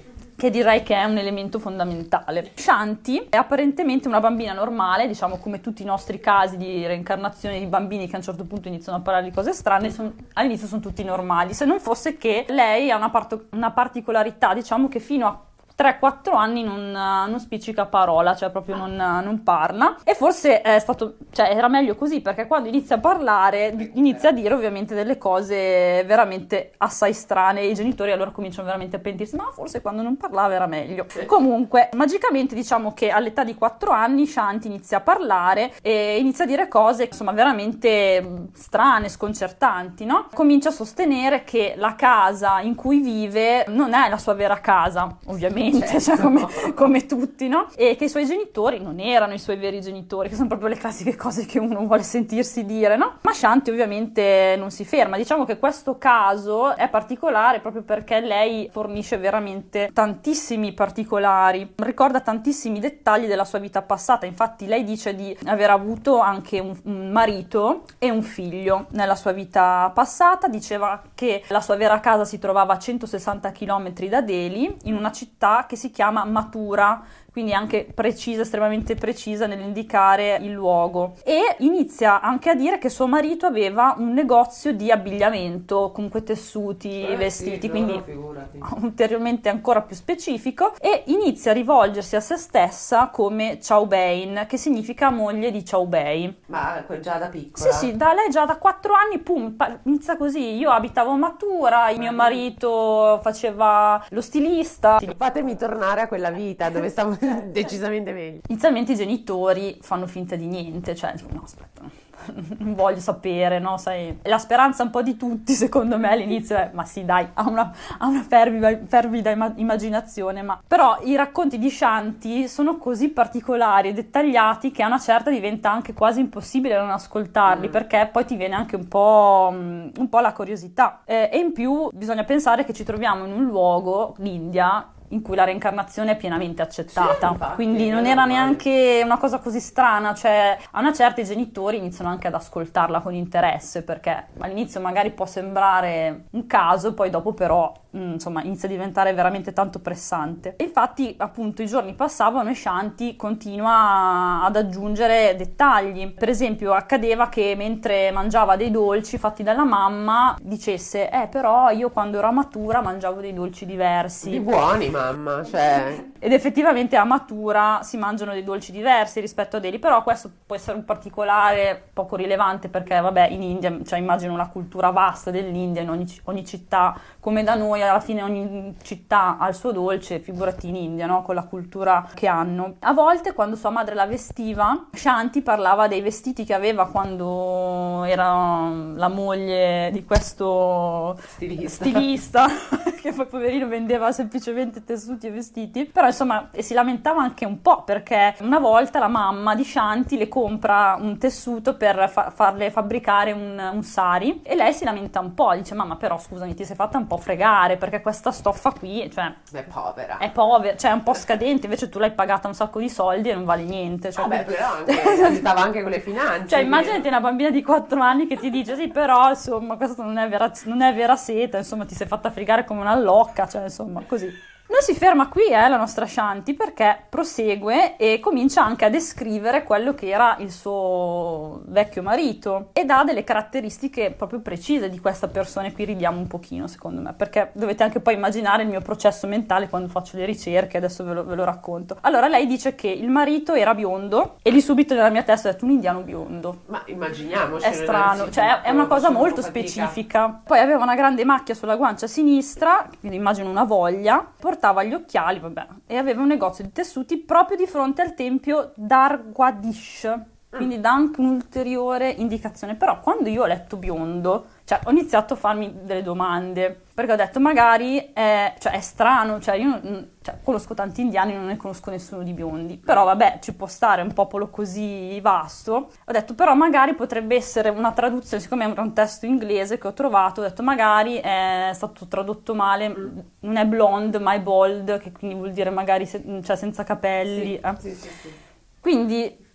Speaker 2: che direi che è un elemento fondamentale. Shanti è apparentemente una bambina normale, diciamo come tutti i nostri casi di reincarnazione di bambini che a un certo punto iniziano a parlare di cose strane, son, all'inizio sono tutti normali, se non fosse che lei ha una, parto, una particolarità, diciamo che fino a tre quattro anni non, non spiccica parola, cioè proprio non, non parla, e forse è stato, cioè era meglio così, perché quando inizia a parlare inizia a dire ovviamente delle cose veramente assai strane e i genitori allora cominciano veramente a pentirsi, ma forse quando non parlava era meglio. Comunque magicamente diciamo che all'età di quattro anni Shanti inizia a parlare e inizia a dire cose insomma veramente strane, sconcertanti, no? Comincia a sostenere che la casa in cui vive non è la sua vera casa, ovviamente,
Speaker 3: Certo.
Speaker 2: cioè come, come tutti, no? E che i suoi genitori non erano i suoi veri genitori, che sono proprio le classiche cose che uno vuole sentirsi dire, no? Ma Shanti ovviamente non si ferma. Diciamo che questo caso è particolare proprio perché lei fornisce veramente tantissimi particolari, ricorda tantissimi dettagli della sua vita passata. Infatti lei dice di aver avuto anche un, un marito e un figlio nella sua vita passata. Diceva che la sua vera casa si trovava a centosessanta chilometri da Delhi, in una città che si chiama Mathura, quindi anche precisa, estremamente precisa nell'indicare il luogo. E inizia anche a dire che suo marito aveva un negozio di abbigliamento, comunque tessuti,
Speaker 3: Eh,
Speaker 2: vestiti,
Speaker 3: sì,
Speaker 2: quindi
Speaker 3: no, figurati.
Speaker 2: ulteriormente ancora più specifico, e inizia a rivolgersi a se stessa come Chowbein, che significa moglie di Chowbei.
Speaker 3: Ma già da piccola?
Speaker 2: Sì, sì, da lei già da quattro anni, pum, pa- inizia così. Io abitavo a Mathura, il mio marito faceva lo stilista.
Speaker 3: Fatemi tornare a quella vita dove stavo decisamente meglio.
Speaker 2: Inizialmente i genitori fanno finta di niente, cioè, no, aspetta, non voglio sapere, no, sai, la speranza un po' di tutti, secondo me, all'inizio è, ma sì, dai, ha una, ha una fervida, fervida ima- immaginazione, ma... Però i racconti di Shanti sono così particolari e dettagliati che a una certa diventa anche quasi impossibile non ascoltarli,
Speaker 3: Mm.
Speaker 2: perché poi ti viene anche un po', mm, un po' la curiosità. Eh, e in più bisogna pensare che ci troviamo in un luogo, l'India, in cui la reincarnazione è pienamente accettata,
Speaker 3: Sì, infatti,
Speaker 2: quindi non
Speaker 3: è
Speaker 2: era
Speaker 3: normale.
Speaker 2: neanche una cosa così strana, cioè a una certa i genitori iniziano anche ad ascoltarla con interesse, perché all'inizio magari può sembrare un caso, poi dopo però mh, insomma inizia a diventare veramente tanto pressante. E infatti appunto i giorni passavano e Shanti continua ad aggiungere dettagli. Per esempio accadeva che mentre mangiava dei dolci fatti dalla mamma dicesse eh però io quando ero a Mathura mangiavo dei dolci diversi.
Speaker 3: Di buoni, mamma, cioè...
Speaker 2: Ed effettivamente a Mathura si mangiano dei dolci diversi rispetto a Delhi, però questo può essere un particolare poco rilevante perché vabbè in India, cioè immagino una cultura vasta dell'India, in ogni, ogni città, come da noi alla fine ogni città ha il suo dolce, figurati in India, no? Con la cultura che hanno. A volte quando sua madre la vestiva, Shanti parlava dei vestiti che aveva quando era la moglie di questo
Speaker 3: Stilista.
Speaker 2: stilista che poi poverino vendeva semplicemente tessuti e vestiti, però insomma e si lamentava anche un po' perché una volta la mamma di Shanti le compra un tessuto per fa- farle fabbricare un, un sari e lei si lamenta un po', dice mamma però scusami ti sei fatta un po' fregare perché questa stoffa qui cioè
Speaker 3: È povera.
Speaker 2: è povera, cioè è un po' scadente, invece tu l'hai pagata un sacco di soldi e non vale niente, cioè,
Speaker 3: Vabbè, però anche, aiutava anche con le finanze.
Speaker 2: cioè
Speaker 3: quindi-
Speaker 2: immaginati una bambina di quattro anni che ti dice sì però insomma questa non è vera, non è vera seta, insomma ti sei fatta fregare come una locca, cioè insomma così. Non si ferma qui eh, la nostra Shanti perché prosegue e comincia anche a descrivere quello che era il suo vecchio marito e dà delle caratteristiche proprio precise di questa persona e qui ridiamo un pochino secondo me perché dovete anche poi immaginare il mio processo mentale quando faccio le ricerche, adesso ve lo, ve lo racconto. Allora lei dice che il marito era biondo e lì subito nella mia testa ho detto un indiano biondo.
Speaker 3: Ma immaginiamoci.
Speaker 2: È strano, cioè è una cosa molto specifica. Poi aveva una grande macchia sulla guancia sinistra, quindi immagino una voglia, portava gli occhiali, vabbè, e aveva un negozio di tessuti proprio di fronte al tempio Dargwadish, quindi dà anche un'ulteriore indicazione. Però quando io ho letto biondo, cioè ho iniziato a farmi delle domande, perché ho detto magari è, cioè, è strano, cioè io non, cioè, conosco tanti indiani, non ne conosco nessuno di biondi, però vabbè ci può stare un popolo così vasto. Ho detto però magari potrebbe essere una traduzione, siccome era un testo inglese che ho trovato, ho detto magari è stato tradotto male, non è blonde ma è bald, che quindi vuol dire magari se, cioè senza capelli.
Speaker 3: Sì,
Speaker 2: eh.
Speaker 3: sì, sì, sì.
Speaker 2: Quindi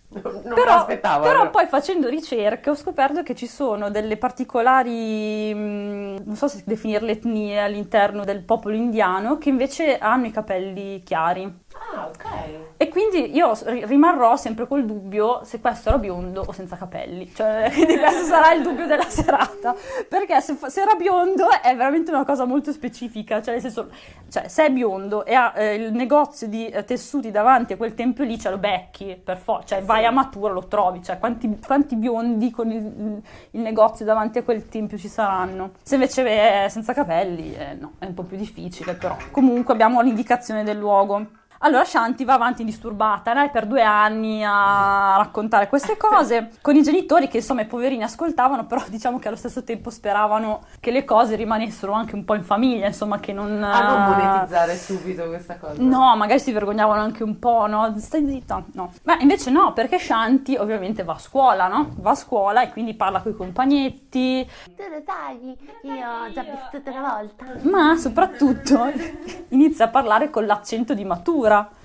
Speaker 3: Non, non me
Speaker 2: Però,
Speaker 3: l'aspettavo.
Speaker 2: però
Speaker 3: allora.
Speaker 2: poi facendo ricerche ho scoperto che ci sono delle particolari, mh, non so se definirle etnie all'interno del popolo indiano, che invece hanno i capelli chiari.
Speaker 3: Ah, ok.
Speaker 2: E quindi io ri- rimarrò sempre col dubbio se questo era biondo o senza capelli. Cioè, quindi questo sarà il dubbio della serata. Perché se, fa- se era biondo è veramente una cosa molto specifica. Cioè, nel senso, cioè, se è biondo e ha eh, il negozio di eh, tessuti davanti a quel tempio lì, ce lo becchi, per forza. Cioè, vai a Matura, lo trovi. Cioè, quanti, quanti biondi con il, il negozio davanti a quel tempio ci saranno? Se invece è senza capelli, eh, no, è un po' più difficile, però. Comunque abbiamo l'indicazione del luogo. Allora Shanti va avanti indisturbata, né, per due anni a raccontare queste cose con i genitori che insomma i poverini ascoltavano, però diciamo che allo stesso tempo speravano che le cose rimanessero anche un po' in famiglia, insomma che non...
Speaker 3: A non monetizzare subito questa cosa.
Speaker 2: No, magari si vergognavano anche un po', no? Stai zitta, no. Ma invece no, perché Shanti ovviamente va a scuola, no? Va a scuola e quindi parla coi compagnetti.
Speaker 3: Tu lo sai, io ho già vissuto una volta.
Speaker 2: Ma soprattutto inizia a parlare con l'accento di Matura.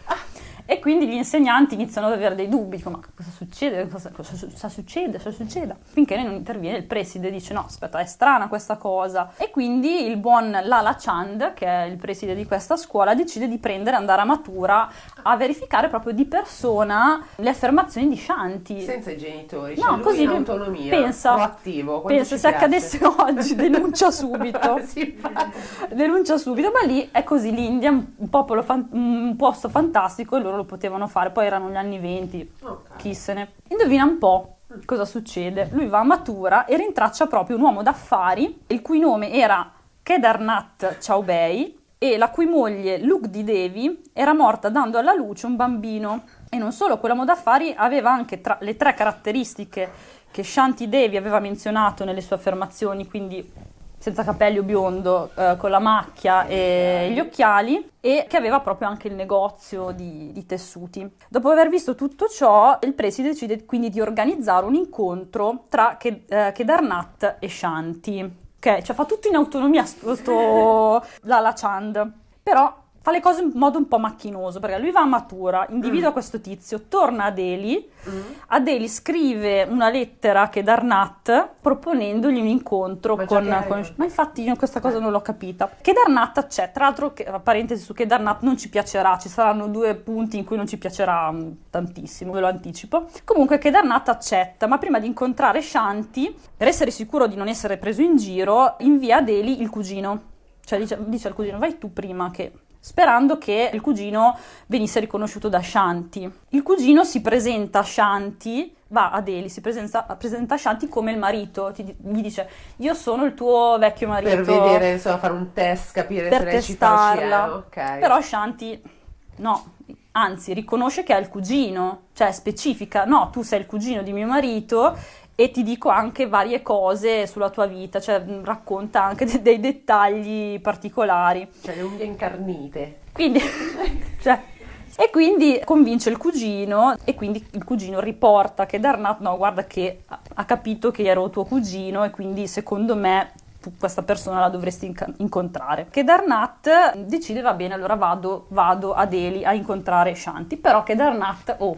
Speaker 2: E quindi gli insegnanti iniziano ad avere dei dubbi, dicono, ma cosa succede, cosa, cosa, cosa succede, cosa succede? Finché non interviene il preside e dice no, aspetta, è strana questa cosa. E quindi il buon Lala Chand, che è il preside di questa scuola, decide di prendere, andare a Matura a verificare proprio di persona le affermazioni di Shanti.
Speaker 3: Senza i genitori,
Speaker 2: No,
Speaker 3: cioè lui
Speaker 2: così
Speaker 3: in
Speaker 2: lui
Speaker 3: autonomia,
Speaker 2: pensa,
Speaker 3: proattivo. quanto
Speaker 2: pensa
Speaker 3: ci
Speaker 2: se
Speaker 3: piace.
Speaker 2: accadesse oggi, denuncia subito.
Speaker 3: Sì, infatti.
Speaker 2: Denuncia subito, ma lì è così, l'India è un popolo fan- un posto fantastico e loro lo potevano fare, poi erano gli anni venti,
Speaker 3: Ok.
Speaker 2: chi se ne... Indovina un po' cosa succede, lui va a Matura e rintraccia proprio un uomo d'affari, il cui nome era Kedarnath Chaubey e la cui moglie Lugdi Devi era morta dando alla luce un bambino. E non solo, quell'uomo d'affari aveva anche tra le tre caratteristiche che Shanti Devi aveva menzionato nelle sue affermazioni, quindi senza capelli o biondo, eh, con la macchia e gli occhiali, e che aveva proprio anche il negozio di, di tessuti. Dopo aver visto tutto ciò, il preside decide quindi di organizzare un incontro tra Ke- eh, Kedarnath e Shanti. Ok, cioè fa tutto in autonomia sto, sto Lala Chand, però fa le cose in modo un po' macchinoso, perché lui va a Matura, individua
Speaker 3: Mm.
Speaker 2: questo tizio, torna a Delhi,
Speaker 3: Mm.
Speaker 2: a Delhi scrive una lettera a Kedarnath proponendogli un incontro
Speaker 3: Ma già
Speaker 2: con,
Speaker 3: che-
Speaker 2: con- Ma infatti io questa cosa non l'ho capita. Kedarnath c'è, tra l'altro, che, parentesi su Kedarnath, non ci piacerà, ci saranno due punti in cui non ci piacerà mm, tantissimo, ve lo anticipo. Comunque Kedarnath accetta, ma prima di incontrare Shanti, per essere sicuro di non essere preso in giro, invia a Delhi il cugino. Cioè dice, dice al cugino, vai tu prima che... sperando che il cugino venisse riconosciuto da Shanti. Il cugino si presenta a Shanti, va a Delhi, si presenta, presenta a Shanti come il marito, ti, gli dice io sono il tuo vecchio marito.
Speaker 3: Per vedere, insomma, fare un test, capire
Speaker 2: per
Speaker 3: se reciproci
Speaker 2: testarla.
Speaker 3: è, ok.
Speaker 2: Però Shanti no, anzi riconosce che è il cugino, cioè specifica, no, tu sei il cugino di mio marito e ti dico anche varie cose sulla tua vita, cioè mh, racconta anche de- dei dettagli particolari.
Speaker 3: Cioè le unghie incarnite.
Speaker 2: Quindi, cioè, e quindi convince il cugino e quindi il cugino riporta che Kedarnath, no, guarda che ha, ha capito che ero tuo cugino e quindi secondo me tu questa persona la dovresti inca- incontrare. Kedarnath decide, va bene, allora vado, vado a Delhi a incontrare Shanti, però Kedarnath, oh,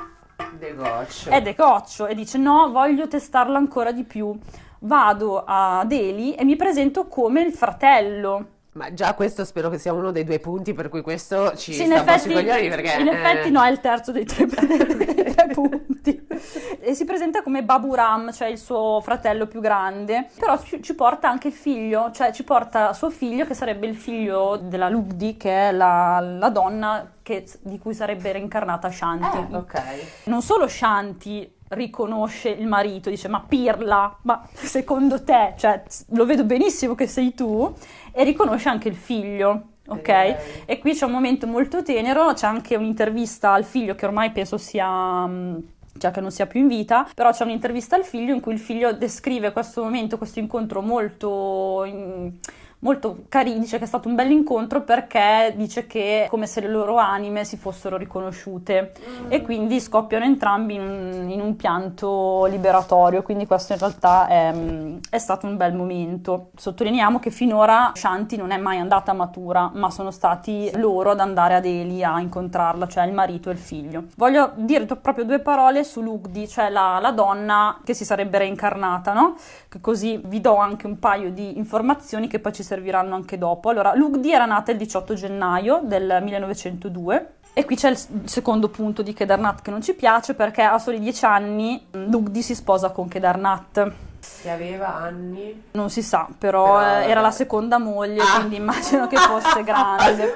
Speaker 3: Degoccio.
Speaker 2: è decoccio e dice no, voglio testarla ancora di più. Vado a Delhi e mi presento come il fratello.
Speaker 3: Ma già questo spero che sia uno dei due punti per cui questo ci
Speaker 2: Sì, in
Speaker 3: sta un po'
Speaker 2: effetti,
Speaker 3: sui coglioni perché...
Speaker 2: in
Speaker 3: eh,
Speaker 2: effetti no, è il terzo dei tre, dei tre punti. E si presenta come Babu Ram, cioè il suo fratello più grande, però ci, ci porta anche il figlio, cioè ci porta suo figlio che sarebbe il figlio della Lugdi, che è la, la donna che, di cui sarebbe reincarnata Shanti.
Speaker 3: eh, ok.
Speaker 2: Non solo Shanti riconosce il marito, dice ma pirla, ma secondo te, cioè lo vedo benissimo che sei tu, e riconosce anche il figlio, ok?
Speaker 3: Ok.
Speaker 2: E qui c'è un momento molto tenero, c'è anche un'intervista al figlio che ormai penso sia... mh, cioè che non sia più in vita, però c'è un'intervista al figlio in cui il figlio descrive questo momento, questo incontro molto... in- molto carino, dice che è stato un bell'incontro perché dice che è come se le loro anime si fossero riconosciute mm. e quindi scoppiano entrambi in un, in un pianto liberatorio, quindi questo in realtà è, è stato un bel momento. Sottolineiamo che finora Shanti non è mai andata a Mathura, ma sono stati loro ad andare a Delhi a incontrarla, cioè il marito e il figlio. Voglio dire proprio due parole su Lugdi, cioè la, la donna che si sarebbe reincarnata, no? Che così vi do anche un paio di informazioni che poi ci serviranno anche dopo. Allora, Lugdi era nata il diciotto gennaio del millenovecentodue. E qui c'è il secondo punto di Kedarnath che non ci piace, perché a soli dieci anni Lugdi si sposa con Kedarnath.
Speaker 3: Che aveva anni?
Speaker 2: Non si sa, però, però eh, era la seconda moglie, ah. quindi immagino che fosse grande.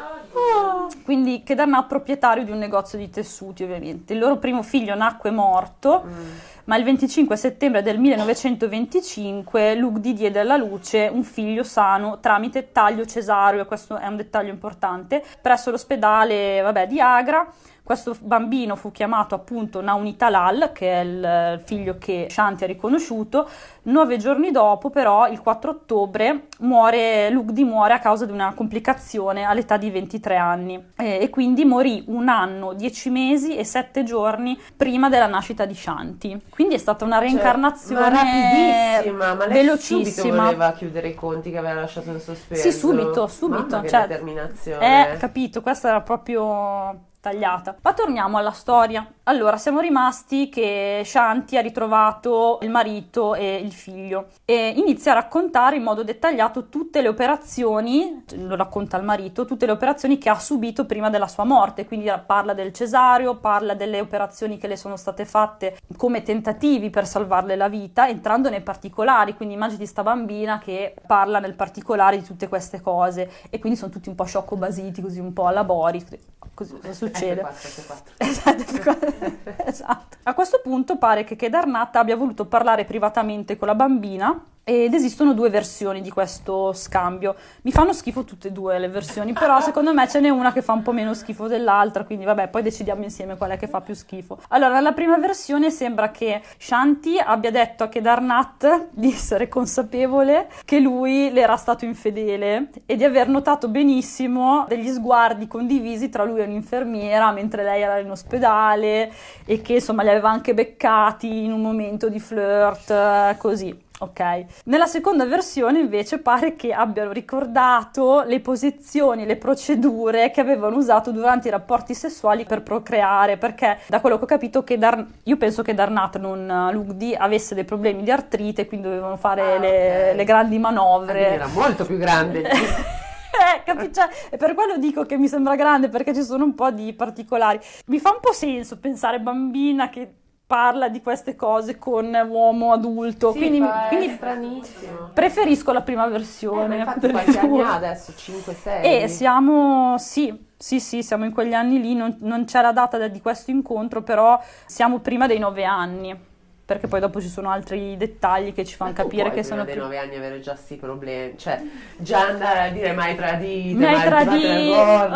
Speaker 2: Quindi Kedarnath proprietario di un negozio di tessuti, ovviamente. Il loro primo figlio nacque morto, mm. ma il venticinque settembre del millenovecentoventicinque Lugdi diede alla luce un figlio sano tramite taglio cesareo, e questo è un dettaglio importante, presso l'ospedale vabbè, di Agra. Questo bambino fu chiamato appunto Naunita Lal, che è il figlio che Shanti ha riconosciuto. Nove giorni dopo, però, il quattro ottobre, muore, Lugdi muore a causa di una complicazione all'età di ventitré anni e, e quindi morì un anno, dieci mesi e sette giorni prima della nascita di Shanti. Quindi è stata una reincarnazione
Speaker 3: cioè, ma rapidissima, ma lei
Speaker 2: velocissima.
Speaker 3: Subito voleva chiudere i conti che aveva lasciato in sospeso.
Speaker 2: Sì, subito, subito.
Speaker 3: Mamma, che
Speaker 2: cioè,
Speaker 3: determinazione.
Speaker 2: Eh, capito, questa era proprio tagliata. Ma torniamo alla storia. Allora, siamo rimasti che Shanti ha ritrovato il marito e il figlio e inizia a raccontare in modo dettagliato tutte le operazioni, lo racconta il marito, tutte le operazioni che ha subito prima della sua morte, quindi parla del cesareo, parla delle operazioni che le sono state fatte come tentativi per salvarle la vita, entrando nei particolari, quindi immagini sta bambina che parla nel particolare di tutte queste cose e quindi sono tutti un po' sciocco-basiti, così un po' alla Boris, così cosa succede?
Speaker 3: F quattro, F quattro.
Speaker 2: Esatto, F quattro. Esatto. A questo punto pare che Kedarnath abbia voluto parlare privatamente con la bambina ed esistono due versioni di questo scambio. Mi fanno schifo tutte e due le versioni, però secondo me ce n'è una che fa un po' meno schifo dell'altra, quindi vabbè, poi decidiamo insieme qual è che fa più schifo. Allora, nella prima versione sembra che Shanti abbia detto a Kedarnath di essere consapevole che lui le era stato infedele e di aver notato benissimo degli sguardi condivisi tra lui e un'infermiera mentre lei era in ospedale e che insomma li aveva anche beccati in un momento di flirt, così. Ok, nella seconda versione invece pare che abbiano ricordato le posizioni, le procedure che avevano usato durante i rapporti sessuali per procreare, perché da quello che ho capito che Dar- io penso che Kedarnath, non Lugdi, avesse dei problemi di artrite, quindi dovevano fare ah, le, okay. le grandi manovre.
Speaker 3: Ah, era molto più grande.
Speaker 2: Eh, capi- cioè, e per quello dico che mi sembra grande, perché ci sono un po' di particolari. Mi fa un po' senso pensare bambina che parla di queste cose con uomo adulto,
Speaker 3: sì,
Speaker 2: quindi,
Speaker 3: fa,
Speaker 2: quindi
Speaker 3: è stranissimo.
Speaker 2: Preferisco la prima versione.
Speaker 3: Eh, infatti quanti anni ha adesso? cinque sei?
Speaker 2: E siamo, sì, sì, sì, siamo in quegli anni lì, non, non c'è la data di questo incontro, però siamo prima dei nove anni. Perché poi dopo ci sono altri dettagli che ci fanno capire che sono
Speaker 3: dei
Speaker 2: più...
Speaker 3: nove anni avere già sti problemi, cioè già andare a dire mai tradite,
Speaker 2: mai
Speaker 3: tradite,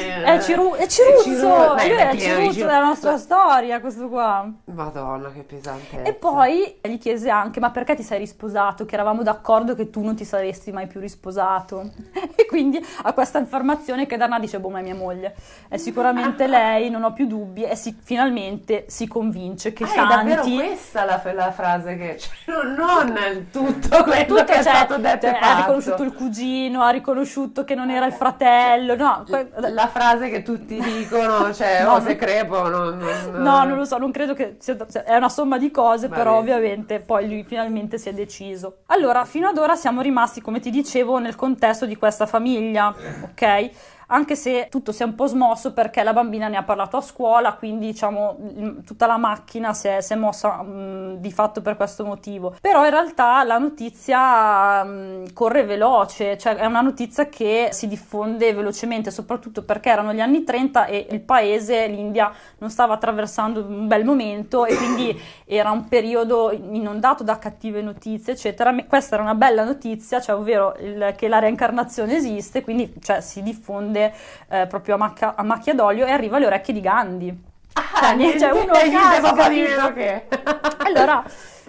Speaker 2: è Ciru- è Ciruzzo, è, è Ciruzzo della nostra storia questo qua.
Speaker 3: Madonna, che pesante.
Speaker 2: E poi gli chiese anche, ma perché ti sei risposato? Che eravamo d'accordo che tu non ti saresti mai più risposato. E quindi a questa informazione Kedarnath dice, boh, ma è mia moglie, è sicuramente lei, non ho più dubbi, e si, finalmente si convince che
Speaker 3: ah,
Speaker 2: Shanti...
Speaker 3: è davvero questa La, la frase che cioè, non, non tutto quello tutto, che è
Speaker 2: cioè,
Speaker 3: stato detto
Speaker 2: cioè,
Speaker 3: e
Speaker 2: ha
Speaker 3: fatto.
Speaker 2: riconosciuto il cugino, ha riconosciuto che non era il fratello, no,
Speaker 3: la, la frase che tutti dicono, cioè no, oh, se crepo non, non,
Speaker 2: no, non lo so, non credo che sia, è una somma di cose,
Speaker 3: Va
Speaker 2: però
Speaker 3: bene.
Speaker 2: Ovviamente poi lui finalmente si è deciso. Allora, fino ad ora siamo rimasti, come ti dicevo, nel contesto di questa famiglia, ok? Anche se tutto si è un po' smosso perché la bambina ne ha parlato a scuola, quindi diciamo tutta la macchina si è, si è mossa mh, di fatto per questo motivo. Però in realtà la notizia mh, corre veloce, cioè è una notizia che si diffonde velocemente, soprattutto perché erano gli anni trenta e il paese, l'India, non stava attraversando un bel momento e quindi era un periodo inondato da cattive notizie, eccetera. Questa era una bella notizia, cioè ovvero il, che la reincarnazione esiste, quindi cioè, si diffonde Eh, proprio a, macchia, a macchia d'olio e arriva alle orecchie di Gandhi.
Speaker 3: Ah,
Speaker 2: cioè,
Speaker 3: niente,
Speaker 2: cioè uno
Speaker 3: niente,
Speaker 2: caso,
Speaker 3: papà di
Speaker 2: capito?
Speaker 3: meno che...
Speaker 2: Allora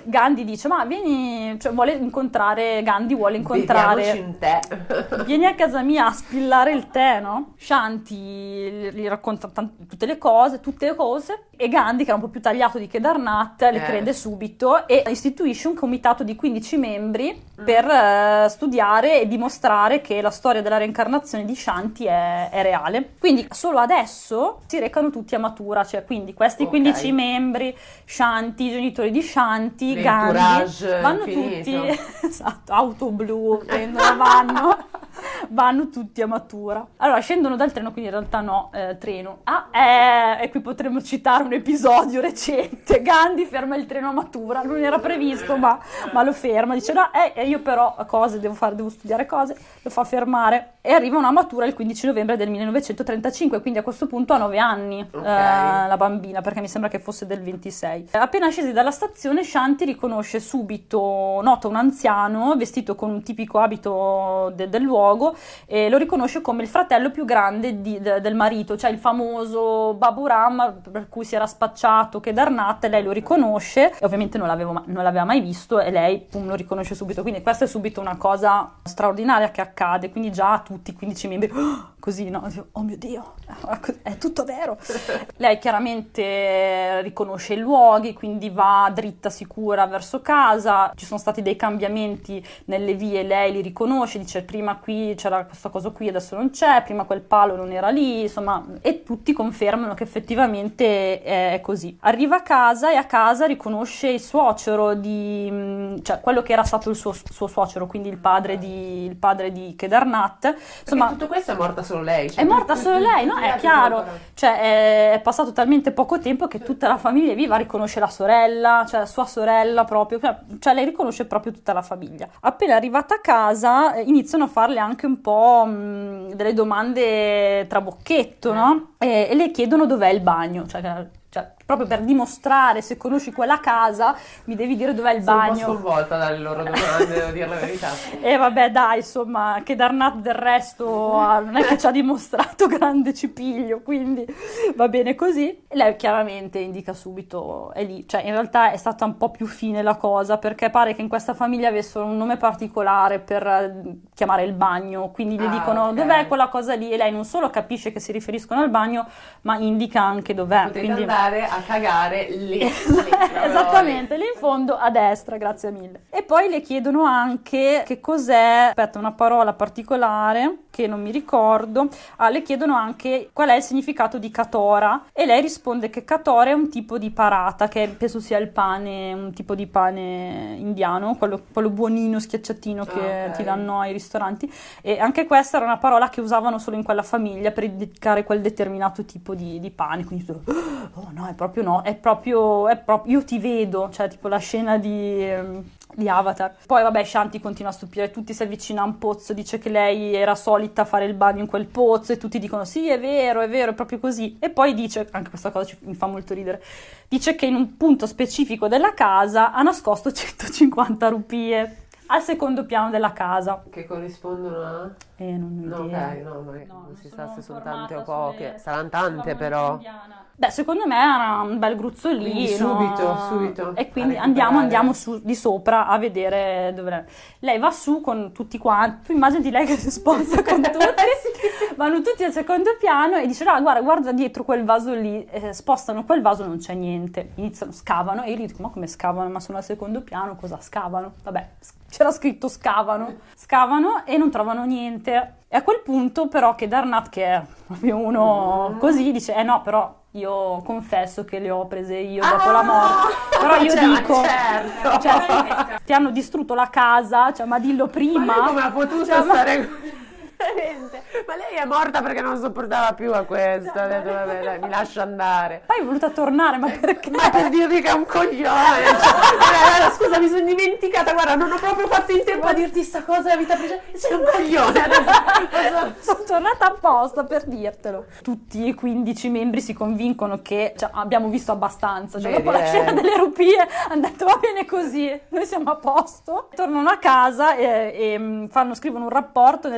Speaker 2: Gandhi dice ma vieni, cioè vuole incontrare, Gandhi vuole incontrare,
Speaker 3: Beviamoci un tè.
Speaker 2: vieni a casa mia a spillare il tè, no? Shanti gli racconta tant- tutte le cose, tutte le cose, e Gandhi, che era un po' più tagliato di Kedarnath, le
Speaker 3: Eh.
Speaker 2: crede subito e istituisce un comitato di quindici membri per eh, studiare e dimostrare che la storia della reincarnazione di Shanti è, è reale. Quindi solo adesso si recano tutti a Mathura, cioè quindi questi
Speaker 3: Ok.
Speaker 2: quindici membri, Shanti, i genitori di Shanti, Gandhi,
Speaker 3: L'entourage
Speaker 2: vanno
Speaker 3: infinito.
Speaker 2: tutti, esatto, auto blu, prendono, vanno, vanno tutti a Mathura. Allora scendono dal treno, quindi in realtà no, eh, treno. Ah, eh, e qui potremmo citare un episodio recente. Gandhi ferma il treno a Mathura, non era previsto, ma, ma lo ferma, dice no, eh, io però cose devo fare, devo studiare cose, lo fa fermare e arrivano a Mathura il quindici novembre del millenovecentotrentacinque, quindi a questo punto ha nove anni,
Speaker 3: Ok.
Speaker 2: eh, la bambina, perché mi sembra che fosse del ventisei. Appena scesi dalla stazione, Shanti riconosce subito, nota un anziano vestito con un tipico abito de- del luogo, e lo riconosce come il fratello più grande di- de- del marito, cioè il famoso Babu Ram per cui si era spacciato Kedarnath, e lei lo riconosce, e ovviamente non, l'avevo ma- non l'aveva mai visto, e lei pum, lo riconosce subito, quindi questa è subito una cosa straordinaria che accade, quindi già tutti i quindici membri "Oh!", così, no? Oh mio Dio, è tutto vero. Lei chiaramente riconosce i luoghi, quindi va dritta sicura verso casa, ci sono stati dei cambiamenti nelle vie, lei li riconosce, dice prima qui c'era questa cosa qui, adesso non c'è, prima quel palo non era lì, insomma, e tutti confermano che effettivamente è così. Arriva a casa e a casa riconosce il suocero di, cioè quello che era stato il suo, suo suocero, quindi il padre di, il padre di Kedarnath.
Speaker 3: Insomma, tutto questo è morta solo lei. Cioè,
Speaker 2: È morta solo lei, no? È chiaro. Cioè, è, è passato talmente poco tempo che tutta la famiglia è viva, riconosce la sorella, cioè la sua sorella proprio, cioè, cioè lei riconosce proprio tutta la famiglia. Appena arrivata a casa, eh, iniziano a farle anche un po' mh, delle domande trabocchetto, no? E, e le chiedono dov'è il bagno, cioè, cioè proprio per dimostrare se conosci quella casa mi devi dire dov'è il
Speaker 3: Sono un po'
Speaker 2: bagno.
Speaker 3: sconvolta dalle loro domande, devo dire la verità.
Speaker 2: E vabbè dai, insomma, Kedarnath del resto ah, non è che ci ha dimostrato grande cipiglio, quindi va bene così. E lei chiaramente indica subito, è lì, cioè in realtà è stata un po' più fine la cosa, perché pare che in questa famiglia avessero un nome particolare per eh, chiamare il bagno, quindi le
Speaker 3: Ah,
Speaker 2: dicono
Speaker 3: ok.
Speaker 2: dov'è quella cosa lì, e lei non solo capisce che si riferiscono al bagno, ma indica anche dov'è.
Speaker 3: Potete
Speaker 2: Quindi...
Speaker 3: andare a cagare lì. lì,
Speaker 2: Esattamente, lì in fondo a destra, grazie mille. E poi le chiedono anche che cos'è, aspetta, una parola particolare che non mi ricordo. Ah, le chiedono anche qual è il significato di Katora, e lei risponde che Katora è un tipo di parata, che penso sia il pane, un tipo di pane indiano, quello, quello buonino, schiacciatino che
Speaker 3: Ah, ok.
Speaker 2: ti danno ai ristoranti, e anche questa era una parola che usavano solo in quella famiglia per indicare quel determinato tipo di, di pane, quindi tu, oh no, è proprio no, è proprio, è proprio, io ti vedo, cioè tipo la scena di, ehm, di Avatar. Poi vabbè, Shanti continua a stupire tutti, si avvicina a un pozzo, dice che lei era solita fare il bagno in quel pozzo, e tutti dicono sì, è vero, è vero, è proprio così. E poi dice, anche questa cosa ci- mi fa molto ridere, dice che in un punto specifico della casa ha nascosto centocinquanta rupie al secondo piano della casa.
Speaker 3: Che corrispondono a...
Speaker 2: E non ho
Speaker 3: No,
Speaker 2: idea.
Speaker 3: ok, no, magari
Speaker 2: No,
Speaker 3: non
Speaker 2: non
Speaker 3: si
Speaker 2: sono
Speaker 3: sa se sono tante o
Speaker 2: informata
Speaker 3: poche.
Speaker 2: sulle-
Speaker 3: Saranno
Speaker 2: sulla
Speaker 3: tante
Speaker 2: moneta
Speaker 3: però.
Speaker 2: indiana. Beh, secondo me era un bel gruzzolino.
Speaker 3: Quindi subito, subito,
Speaker 2: E quindi
Speaker 3: a
Speaker 2: andiamo,
Speaker 3: recuperare.
Speaker 2: andiamo su di sopra a vedere dove. Lei va su con tutti quanti. Tu immaginati lei che si sposta con tutti. Vanno tutti al secondo piano e dice: ah, guarda, guarda dietro quel vaso lì. Eh, spostano quel vaso, non c'è niente. Iniziano, scavano. E io gli dico: ma come scavano? Ma sono al secondo piano, cosa scavano? Vabbè, c'era scritto scavano. Scavano e non trovano niente. E a quel punto, però, Kedarnath, che è proprio uno così, dice: eh no, però io confesso che le ho prese io dopo la morte. Però io
Speaker 3: Cioè, ma
Speaker 2: dico,
Speaker 3: certo.
Speaker 2: cioè, ti hanno distrutto la casa, cioè, ma dillo prima.
Speaker 3: Ma lei come ha potuto
Speaker 2: Cioè, ma-
Speaker 3: stare... Veramente. Ma lei è morta perché non sopportava più a questo. Ha detto, vabbè, dai, mi lascio andare.
Speaker 2: Poi è voluta tornare, ma perché?
Speaker 3: Ma per dirti che è un coglione. Cioè, guarda, guarda, scusa, mi sono dimenticata. Guarda, non ho proprio fatto in tempo a dirti sta cosa della vita precedente. Sei un coglione. Adesso.
Speaker 2: Sono tornata apposta per dirtelo. Tutti i quindici membri si convincono che cioè, abbiamo visto abbastanza. Cioè,
Speaker 3: Beh,
Speaker 2: dopo la
Speaker 3: direi.
Speaker 2: scena delle rupie hanno detto va bene così, noi siamo a posto. Tornano a casa e, e mh, fanno, scrivono un rapporto nel trentasei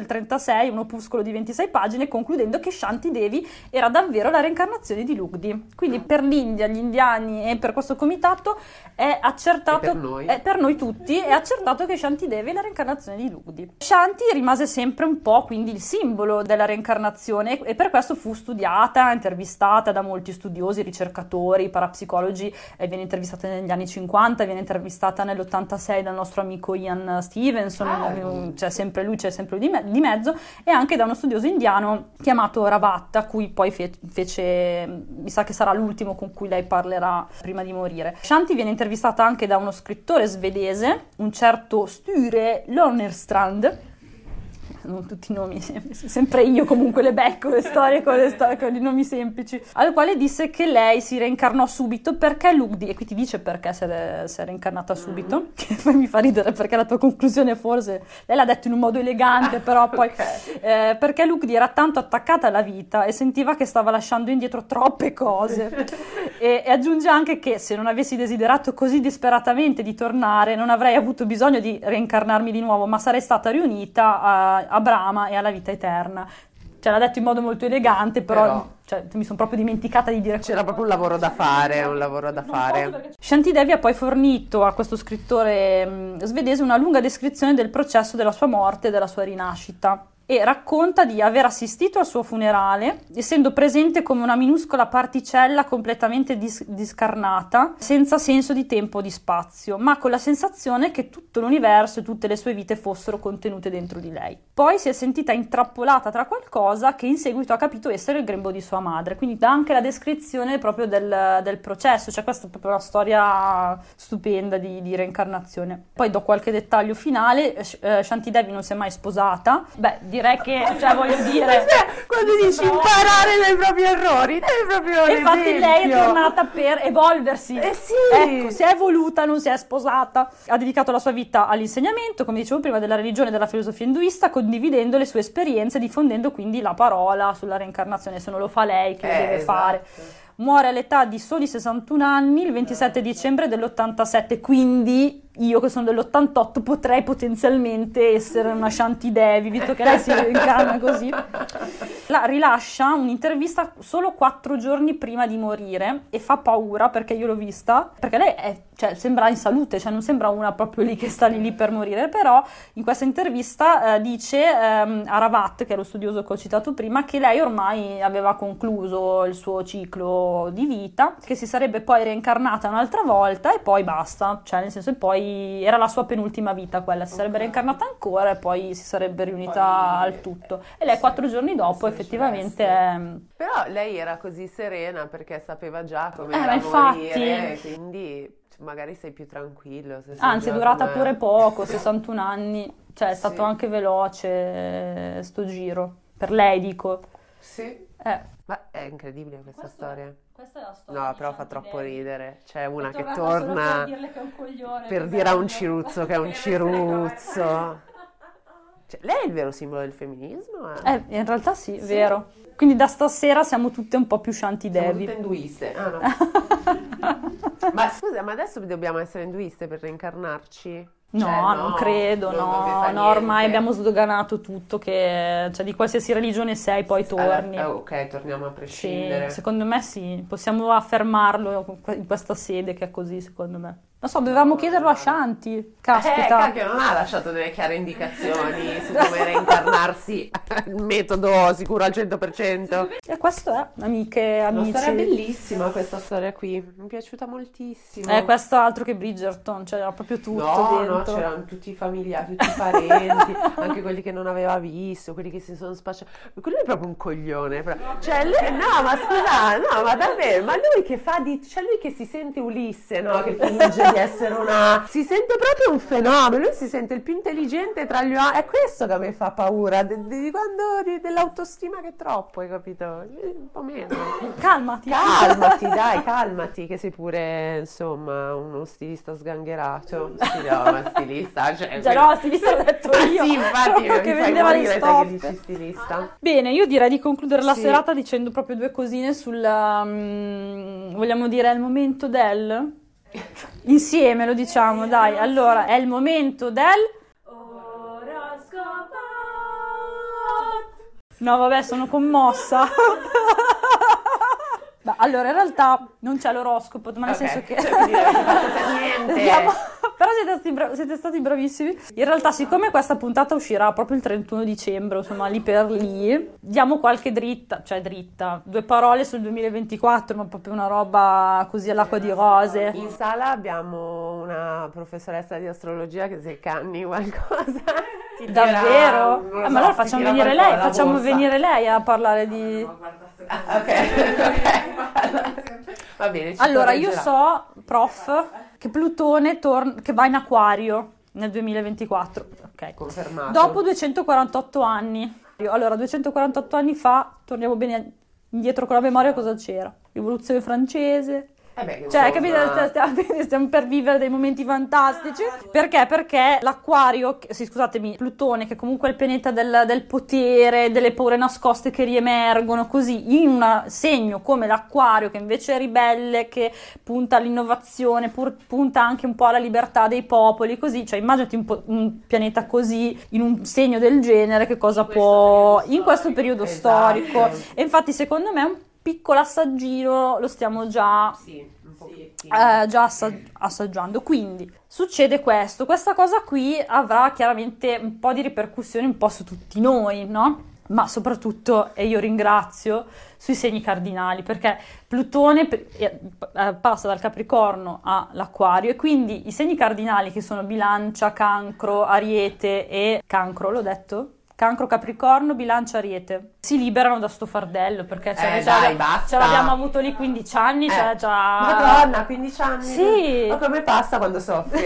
Speaker 2: novantasei un opuscolo di ventisei pagine concludendo che Shanti Devi era davvero la reincarnazione di Lugdi. Quindi per l'India, gli indiani e per questo comitato è accertato,
Speaker 3: e per noi.
Speaker 2: È, per noi tutti, è accertato che Shanti Devi è la reincarnazione di Lugdi. Shanti rimase sempre un po' quindi il simbolo della reincarnazione e per questo fu studiata, intervistata da molti studiosi, ricercatori, parapsicologi, e viene intervistata negli anni cinquanta, viene intervistata nell'ottantasei dal nostro amico Ian Stevenson, ah, c'è sempre lui, c'è sempre lui di, me- di mezzo, e anche da uno studioso indiano chiamato Ravatta, a cui poi fe- fece, mi sa che sarà l'ultimo con cui lei parlerà prima di morire. Shanti viene intervistata anche da uno scrittore svedese, un certo Sture Lonerstrand. Non tutti i nomi, sempre io comunque le becco le storie con, le storie con i nomi semplici, al quale disse che lei si reincarnò subito perché Lugdi, e qui ti dice perché si è, si è reincarnata subito, che poi mi fa ridere perché la tua conclusione forse, lei l'ha detto in un modo elegante, però poi okay. eh, perché Lugdi era tanto attaccata alla vita e sentiva che stava lasciando indietro troppe cose e, e aggiunge anche che se non avessi desiderato così disperatamente di tornare non avrei avuto bisogno di reincarnarmi di nuovo, ma sarei stata riunita a a Brahma e alla vita eterna. Cioè l'ha detto in modo molto elegante, però, però... Cioè, mi sono proprio dimenticata di dire
Speaker 3: c'era proprio un lavoro da fare, un lavoro da fare.
Speaker 2: Perché... Shanti Devi ha poi fornito a questo scrittore mh, svedese una lunga descrizione del processo della sua morte e della sua rinascita. E racconta di aver assistito al suo funerale, essendo presente come una minuscola particella completamente dis- discarnata, senza senso di tempo o di spazio, ma con la sensazione che tutto l'universo e tutte le sue vite fossero contenute dentro di lei. Poi si è sentita intrappolata tra qualcosa che in seguito ha capito essere il grembo di sua madre, quindi dà anche la descrizione proprio del, del processo, cioè questa è proprio una storia stupenda di, di reincarnazione. Poi do qualche dettaglio finale, eh, Shanti Devi non si è mai sposata, beh, direi che, cioè voglio dire,
Speaker 3: cioè, quando dici imparare dai propri errori, dai proprio
Speaker 2: e infatti lei è tornata per evolversi,
Speaker 3: eh sì.
Speaker 2: Ecco, si è evoluta, non si è sposata, ha dedicato la sua vita all'insegnamento, come dicevo prima, della religione e della filosofia induista, condividendo le sue esperienze, diffondendo quindi la parola sulla reincarnazione, se non lo fa lei che
Speaker 3: eh,
Speaker 2: lo deve
Speaker 3: esatto.
Speaker 2: fare. Muore all'età di soli sessantuno anni il ventisette dicembre dell'ottantasette, quindi io che sono dell'ottantotto potrei potenzialmente essere una Shanti Devi, visto che lei si reincarna così. La rilascia un'intervista solo quattro giorni prima di morire e fa paura perché io l'ho vista, perché lei è, cioè, sembra in salute, cioè non sembra una proprio lì che sta lì, lì per morire, però in questa intervista eh, dice ehm, a Ravat, che è lo studioso che ho citato prima, che lei ormai aveva concluso il suo ciclo di vita, che si sarebbe poi reincarnata un'altra volta e poi basta, cioè nel senso che poi era la sua penultima vita quella, si sarebbe reincarnata ancora e poi si sarebbe riunita poi... al tutto, e lei quattro giorni dopo effettivamente è...
Speaker 3: Però lei era così serena perché sapeva già come
Speaker 2: eh,
Speaker 3: era
Speaker 2: infatti...
Speaker 3: morire, quindi magari sei più tranquillo. Se
Speaker 2: Anzi è durata
Speaker 3: come...
Speaker 2: pure poco, sessantuno anni, cioè è stato
Speaker 3: sì.
Speaker 2: anche veloce sto giro, per lei dico.
Speaker 3: Sì,
Speaker 2: eh.
Speaker 3: ma è incredibile questa
Speaker 2: Questo...
Speaker 3: storia.
Speaker 2: Questa è la storia.
Speaker 3: No, però fa troppo
Speaker 2: Devi.
Speaker 3: ridere. C'è una
Speaker 2: È
Speaker 3: che
Speaker 2: tornata
Speaker 3: torna
Speaker 2: solo per dirle che è un coglione,
Speaker 3: per
Speaker 2: che
Speaker 3: dire a un
Speaker 2: bello.
Speaker 3: ciruzzo che è un ciruzzo. Cioè, lei è il vero simbolo del femminismo? Eh,
Speaker 2: Eh, in realtà sì,
Speaker 3: Sì.
Speaker 2: vero. Quindi da stasera siamo tutte un po' più Shanti
Speaker 3: siamo
Speaker 2: Devi.
Speaker 3: tutte induiste. Ah, no. Ma scusa, ma adesso dobbiamo essere induiste per reincarnarci?
Speaker 2: No,
Speaker 3: Cioè,
Speaker 2: non credo,
Speaker 3: non- non
Speaker 2: no,
Speaker 3: vi fa
Speaker 2: no, ormai
Speaker 3: niente.
Speaker 2: abbiamo sdoganato tutto, che cioè di qualsiasi religione sei poi torni.
Speaker 3: Alla- eh, ok, torniamo a
Speaker 2: Sì,
Speaker 3: prescindere.
Speaker 2: secondo me sì, possiamo affermarlo in questa sede che è così, secondo me. Non so, dovevamo chiederlo a Shanti,
Speaker 3: Eh,
Speaker 2: caspita.
Speaker 3: cacchio, non ha lasciato delle chiare indicazioni su come reincarnarsi, metodo sicuro al cento per cento.
Speaker 2: E questo è, amiche,
Speaker 3: Una
Speaker 2: amici.
Speaker 3: storia bellissima questa storia qui, mi è piaciuta moltissimo.
Speaker 2: Eh, questo altro che Bridgerton, cioè era proprio tutto
Speaker 3: No,
Speaker 2: dentro.
Speaker 3: no, c'erano tutti i familiari, tutti i parenti, anche quelli che non aveva visto, quelli che si sono spacciati. Quello è proprio un coglione. però. Cioè, lui, no, ma scusa, no, ma davvero, ma lui che fa di... Cioè, lui che si sente Ulisse, no? Che finge di essere una... Si sente proprio un fenomeno, lui si sente il più intelligente tra gli uomini. È questo che a me fa paura, di, di quando... Di, dell'autostima che è troppo, hai capito? Un po' meno.
Speaker 2: Calmati.
Speaker 3: Calmati, dai, calmati, che sei pure, insomma, uno stilista sgangherato. Sì, no, ma stilista, cioè...
Speaker 2: Già no, stilista l'ho detto
Speaker 3: Ah,
Speaker 2: io.
Speaker 3: sì, infatti,
Speaker 2: Quello
Speaker 3: mi
Speaker 2: che
Speaker 3: fai
Speaker 2: vendeva le
Speaker 3: morire te che
Speaker 2: stoffe.
Speaker 3: dici stilista.
Speaker 2: Bene, io direi di concludere la
Speaker 3: Sì.
Speaker 2: serata dicendo proprio due cosine sul... um, vogliamo dire è il momento del... Insieme lo diciamo, dai. Allora, è il momento del...
Speaker 5: Oroscopo.
Speaker 2: No, vabbè, sono commossa. Beh, allora, in realtà non c'è l'oroscopo, ma nel
Speaker 3: Ok,
Speaker 2: senso che...
Speaker 3: cioè, quindi non avete fatto per niente.
Speaker 2: Stiamo- Però siete stati, bra- siete stati bravissimi. In realtà, siccome questa puntata uscirà proprio il trentuno dicembre, insomma, lì per lì, diamo qualche dritta, cioè dritta, due parole sul duemilaventiquattro, ma proprio una roba così all'acqua di rose.
Speaker 3: In sala abbiamo una professoressa di astrologia che se canni qualcosa ti tira-
Speaker 2: Davvero?
Speaker 3: non lo
Speaker 2: Ah,
Speaker 3: so,
Speaker 2: ma allora
Speaker 3: ti
Speaker 2: facciamo
Speaker 3: tira
Speaker 2: venire
Speaker 3: qualcosa
Speaker 2: lei,
Speaker 3: dalla
Speaker 2: facciamo
Speaker 3: borsa.
Speaker 2: venire lei a parlare di...
Speaker 3: Ah, ok, ok. Va bene, ci
Speaker 2: Allora, io
Speaker 3: correggerà.
Speaker 2: so, prof, che Plutone torna, che va in Acquario nel duemilaventiquattro. Ok.
Speaker 3: Confermato.
Speaker 2: Dopo duecentoquarantotto anni. Allora, duecentoquarantotto anni fa, torniamo bene indietro con la memoria, cosa c'era? Rivoluzione francese.
Speaker 3: Eh beh,
Speaker 2: Cioè,
Speaker 3: insomma,
Speaker 2: capite, stiamo, stiamo per vivere dei momenti fantastici. Perché? Perché l'Acquario, che- sì, scusatemi, Plutone, che comunque è il pianeta del, del potere, delle paure nascoste che riemergono, così, in un segno come l'Acquario, che invece è ribelle, che punta all'innovazione, pur- punta anche un po' alla libertà dei popoli, così, cioè immaginati un, po- un pianeta così, in un segno del genere, che cosa può... in questo periodo
Speaker 3: Esatto.
Speaker 2: storico. E infatti, secondo me, un piccolo assaggino lo stiamo già
Speaker 3: Sì, un pochettino.
Speaker 2: eh, già assa- assaggiando. Quindi succede questo, questa cosa qui avrà chiaramente un po' di ripercussioni un po' su tutti noi, no? Ma soprattutto, e io ringrazio, sui segni cardinali, perché Plutone eh, eh, passa dal Capricorno all'Acquario, e quindi i segni cardinali, che sono Bilancia, Cancro, Ariete e Cancro, l'ho detto? Cancro, Capricorno, Bilancia, Ariete, si liberano da sto fardello, perché ce,
Speaker 3: Eh,
Speaker 2: ce
Speaker 3: dai,
Speaker 2: l'abbiamo-
Speaker 3: basta.
Speaker 2: ce l'abbiamo avuto lì quindici anni,
Speaker 3: Eh,
Speaker 2: cioè già...
Speaker 3: Madonna, quindici anni.
Speaker 2: Sì.
Speaker 3: Ma come passa quando soffri, eh?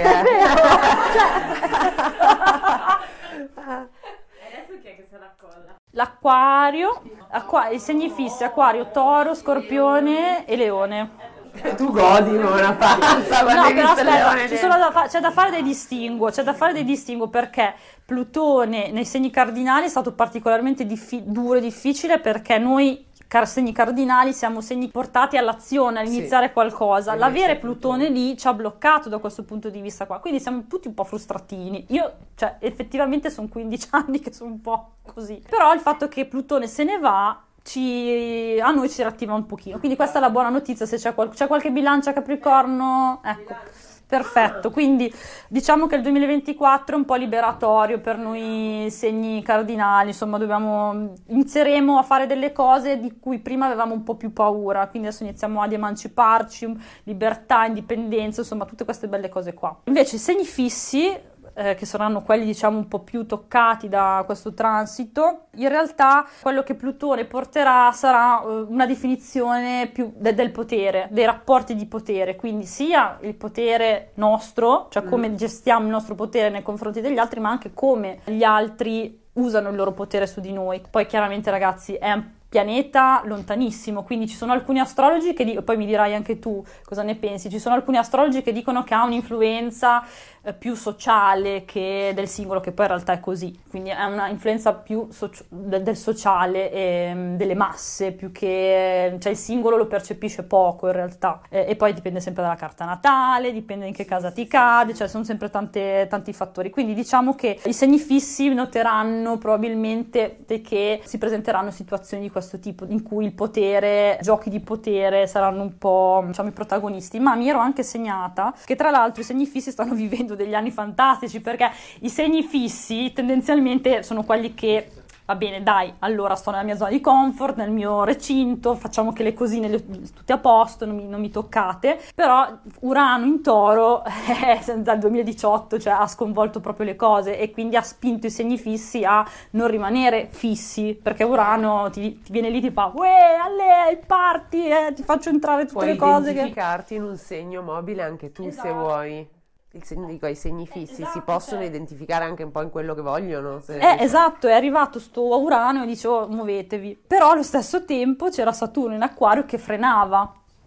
Speaker 5: Adesso chi è che se la colla?
Speaker 2: L'acquario, acqua- i segni fissi, acquario, toro, scorpione e leone.
Speaker 3: Tu godi come una pazza quando
Speaker 2: No,
Speaker 3: hai
Speaker 2: però
Speaker 3: visto il
Speaker 2: aspetta,
Speaker 3: leone
Speaker 2: ci
Speaker 3: dentro.
Speaker 2: sono da fa- c'è da fare dei distinguo, c'è da fare dei distinguo perché Plutone nei segni cardinali è stato particolarmente diffi- duro e difficile, perché noi car- segni cardinali siamo segni portati all'azione, all'iniziare
Speaker 3: Sì.
Speaker 2: qualcosa.
Speaker 3: Invece
Speaker 2: L'avere
Speaker 3: Plutone.
Speaker 2: Plutone lì ci ha bloccato da questo punto di vista qua, quindi siamo tutti un po' frustratini. Io, cioè, effettivamente sono quindici anni che sono un po' così. Però il fatto che Plutone se ne va ci... a noi ci rattiva un pochino, quindi questa è la buona notizia. Se c'è, qual- c'è qualche Bilancia, Capricorno, ecco, perfetto. Quindi diciamo che il duemilaventiquattro è un po' liberatorio per noi segni cardinali, insomma dobbiamo, inizieremo a fare delle cose di cui prima avevamo un po' più paura, quindi adesso iniziamo ad emanciparci, libertà, indipendenza, insomma tutte queste belle cose qua. Invece i segni fissi, eh, che saranno quelli diciamo un po' più toccati da questo transito, in realtà quello che Plutone porterà sarà eh, una definizione più de- del potere, dei rapporti di potere, quindi sia il potere nostro, cioè come gestiamo il nostro potere nei confronti degli altri, ma anche come gli altri usano il loro potere su di noi. Poi chiaramente, ragazzi, è un pianeta lontanissimo, quindi ci sono alcuni astrologi che dicono, poi mi dirai anche tu cosa ne pensi, ci sono alcuni astrologi che dicono che ha un'influenza eh, più sociale che del singolo, che poi in realtà è così, quindi è una influenza più socio- del, del sociale, e, delle masse, più che, cioè il singolo lo percepisce poco in realtà. Eh, e poi dipende sempre dalla carta natale, dipende in che casa ti cade, cioè sono sempre tante, tanti fattori, quindi diciamo che i segni fissi noteranno probabilmente che si presenteranno situazioni di questo tipo, in cui il potere, giochi di potere saranno un po', diciamo, i protagonisti. Ma mi ero anche segnata che tra l'altro i segni fissi stanno vivendo degli anni fantastici, perché i segni fissi tendenzialmente sono quelli che, va bene, dai, allora sto nella mia zona di comfort, nel mio recinto, facciamo che le cosine le, tutte a posto, non mi, non mi toccate. Però Urano in Toro eh, dal duemiladiciotto, cioè, ha sconvolto proprio le cose, e quindi ha spinto i segni fissi a non rimanere fissi, perché Urano ti, ti viene lì, ti fa uè, alle, il party, eh, ti faccio entrare tutte
Speaker 3: Puoi
Speaker 2: le cose che...
Speaker 3: identificarti in un segno mobile anche tu, se
Speaker 2: Esatto.
Speaker 3: vuoi. Il segno, dico, i segni fissi
Speaker 2: Esatto,
Speaker 3: si possono
Speaker 2: cioè-
Speaker 3: identificare anche un po' in quello che vogliono. Se...
Speaker 2: Eh, esatto, è arrivato sto Urano e dicevo muovetevi. Però allo stesso tempo c'era Saturno in Acquario che frenava.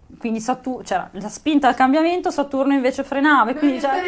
Speaker 2: quindi Saturno, c'era la spinta al cambiamento, Saturno invece frenava e quindi cioè,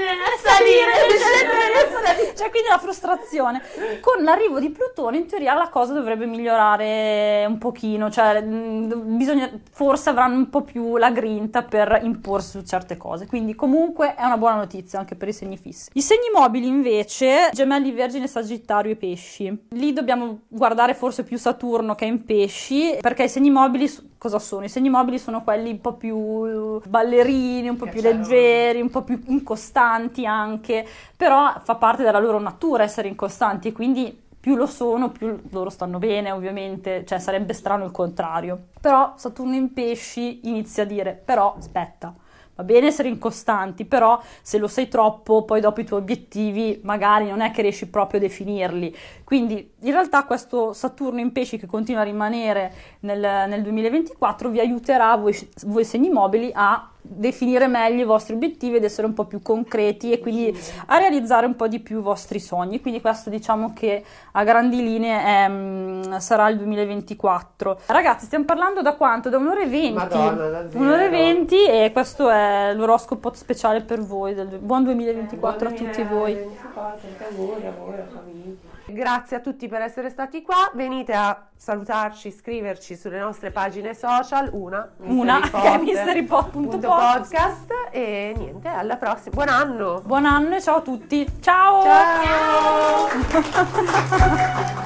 Speaker 2: cioè quindi la frustrazione. Con l'arrivo di Plutone in teoria la cosa dovrebbe migliorare un pochino, cioè mh, bisogna, forse avranno un po' più la grinta per imporsi su certe cose, quindi comunque è una buona notizia anche per i segni fissi. I segni mobili invece, Gemelli, Vergine, Sagittario e Pesci, lì dobbiamo guardare forse più Saturno che è in Pesci, perché i segni mobili cosa sono? I segni mobili sono quelli un po' più ballerini, un po' più leggeri, un po' più incostanti anche, però fa parte della loro natura essere incostanti e quindi più lo sono, più loro stanno bene, ovviamente, cioè sarebbe strano il contrario. Però Saturno in Pesci inizia a dire, però aspetta, va bene essere incostanti, però se lo sei troppo, poi dopo i tuoi obiettivi magari non è che riesci proprio a definirli. Quindi in realtà questo Saturno in Pesci che continua a rimanere nel, nel duemilaventiquattro vi aiuterà voi, voi segni mobili a definire meglio i vostri obiettivi ed essere un po' più concreti e quindi a realizzare un po' di più i vostri sogni. Quindi questo diciamo che a grandi linee è, sarà il duemilaventiquattro. Ragazzi, stiamo parlando da quanto? Da un'ora e venti.
Speaker 3: Madonna, davvero.
Speaker 2: Un'ora e venti e questo è l'oroscopo speciale per voi. Del, buon duemilaventiquattro eh, buon a tutti voi.
Speaker 3: Anche a voi, a voi, alla famiglia. Grazie a tutti per essere stati qua. Venite a salutarci, scriverci sulle nostre pagine social. Una,
Speaker 2: una che è mysterypod punto
Speaker 3: podcast. E niente, alla prossima. Buon anno.
Speaker 2: Buon anno e ciao a tutti. Ciao.
Speaker 3: Ciao.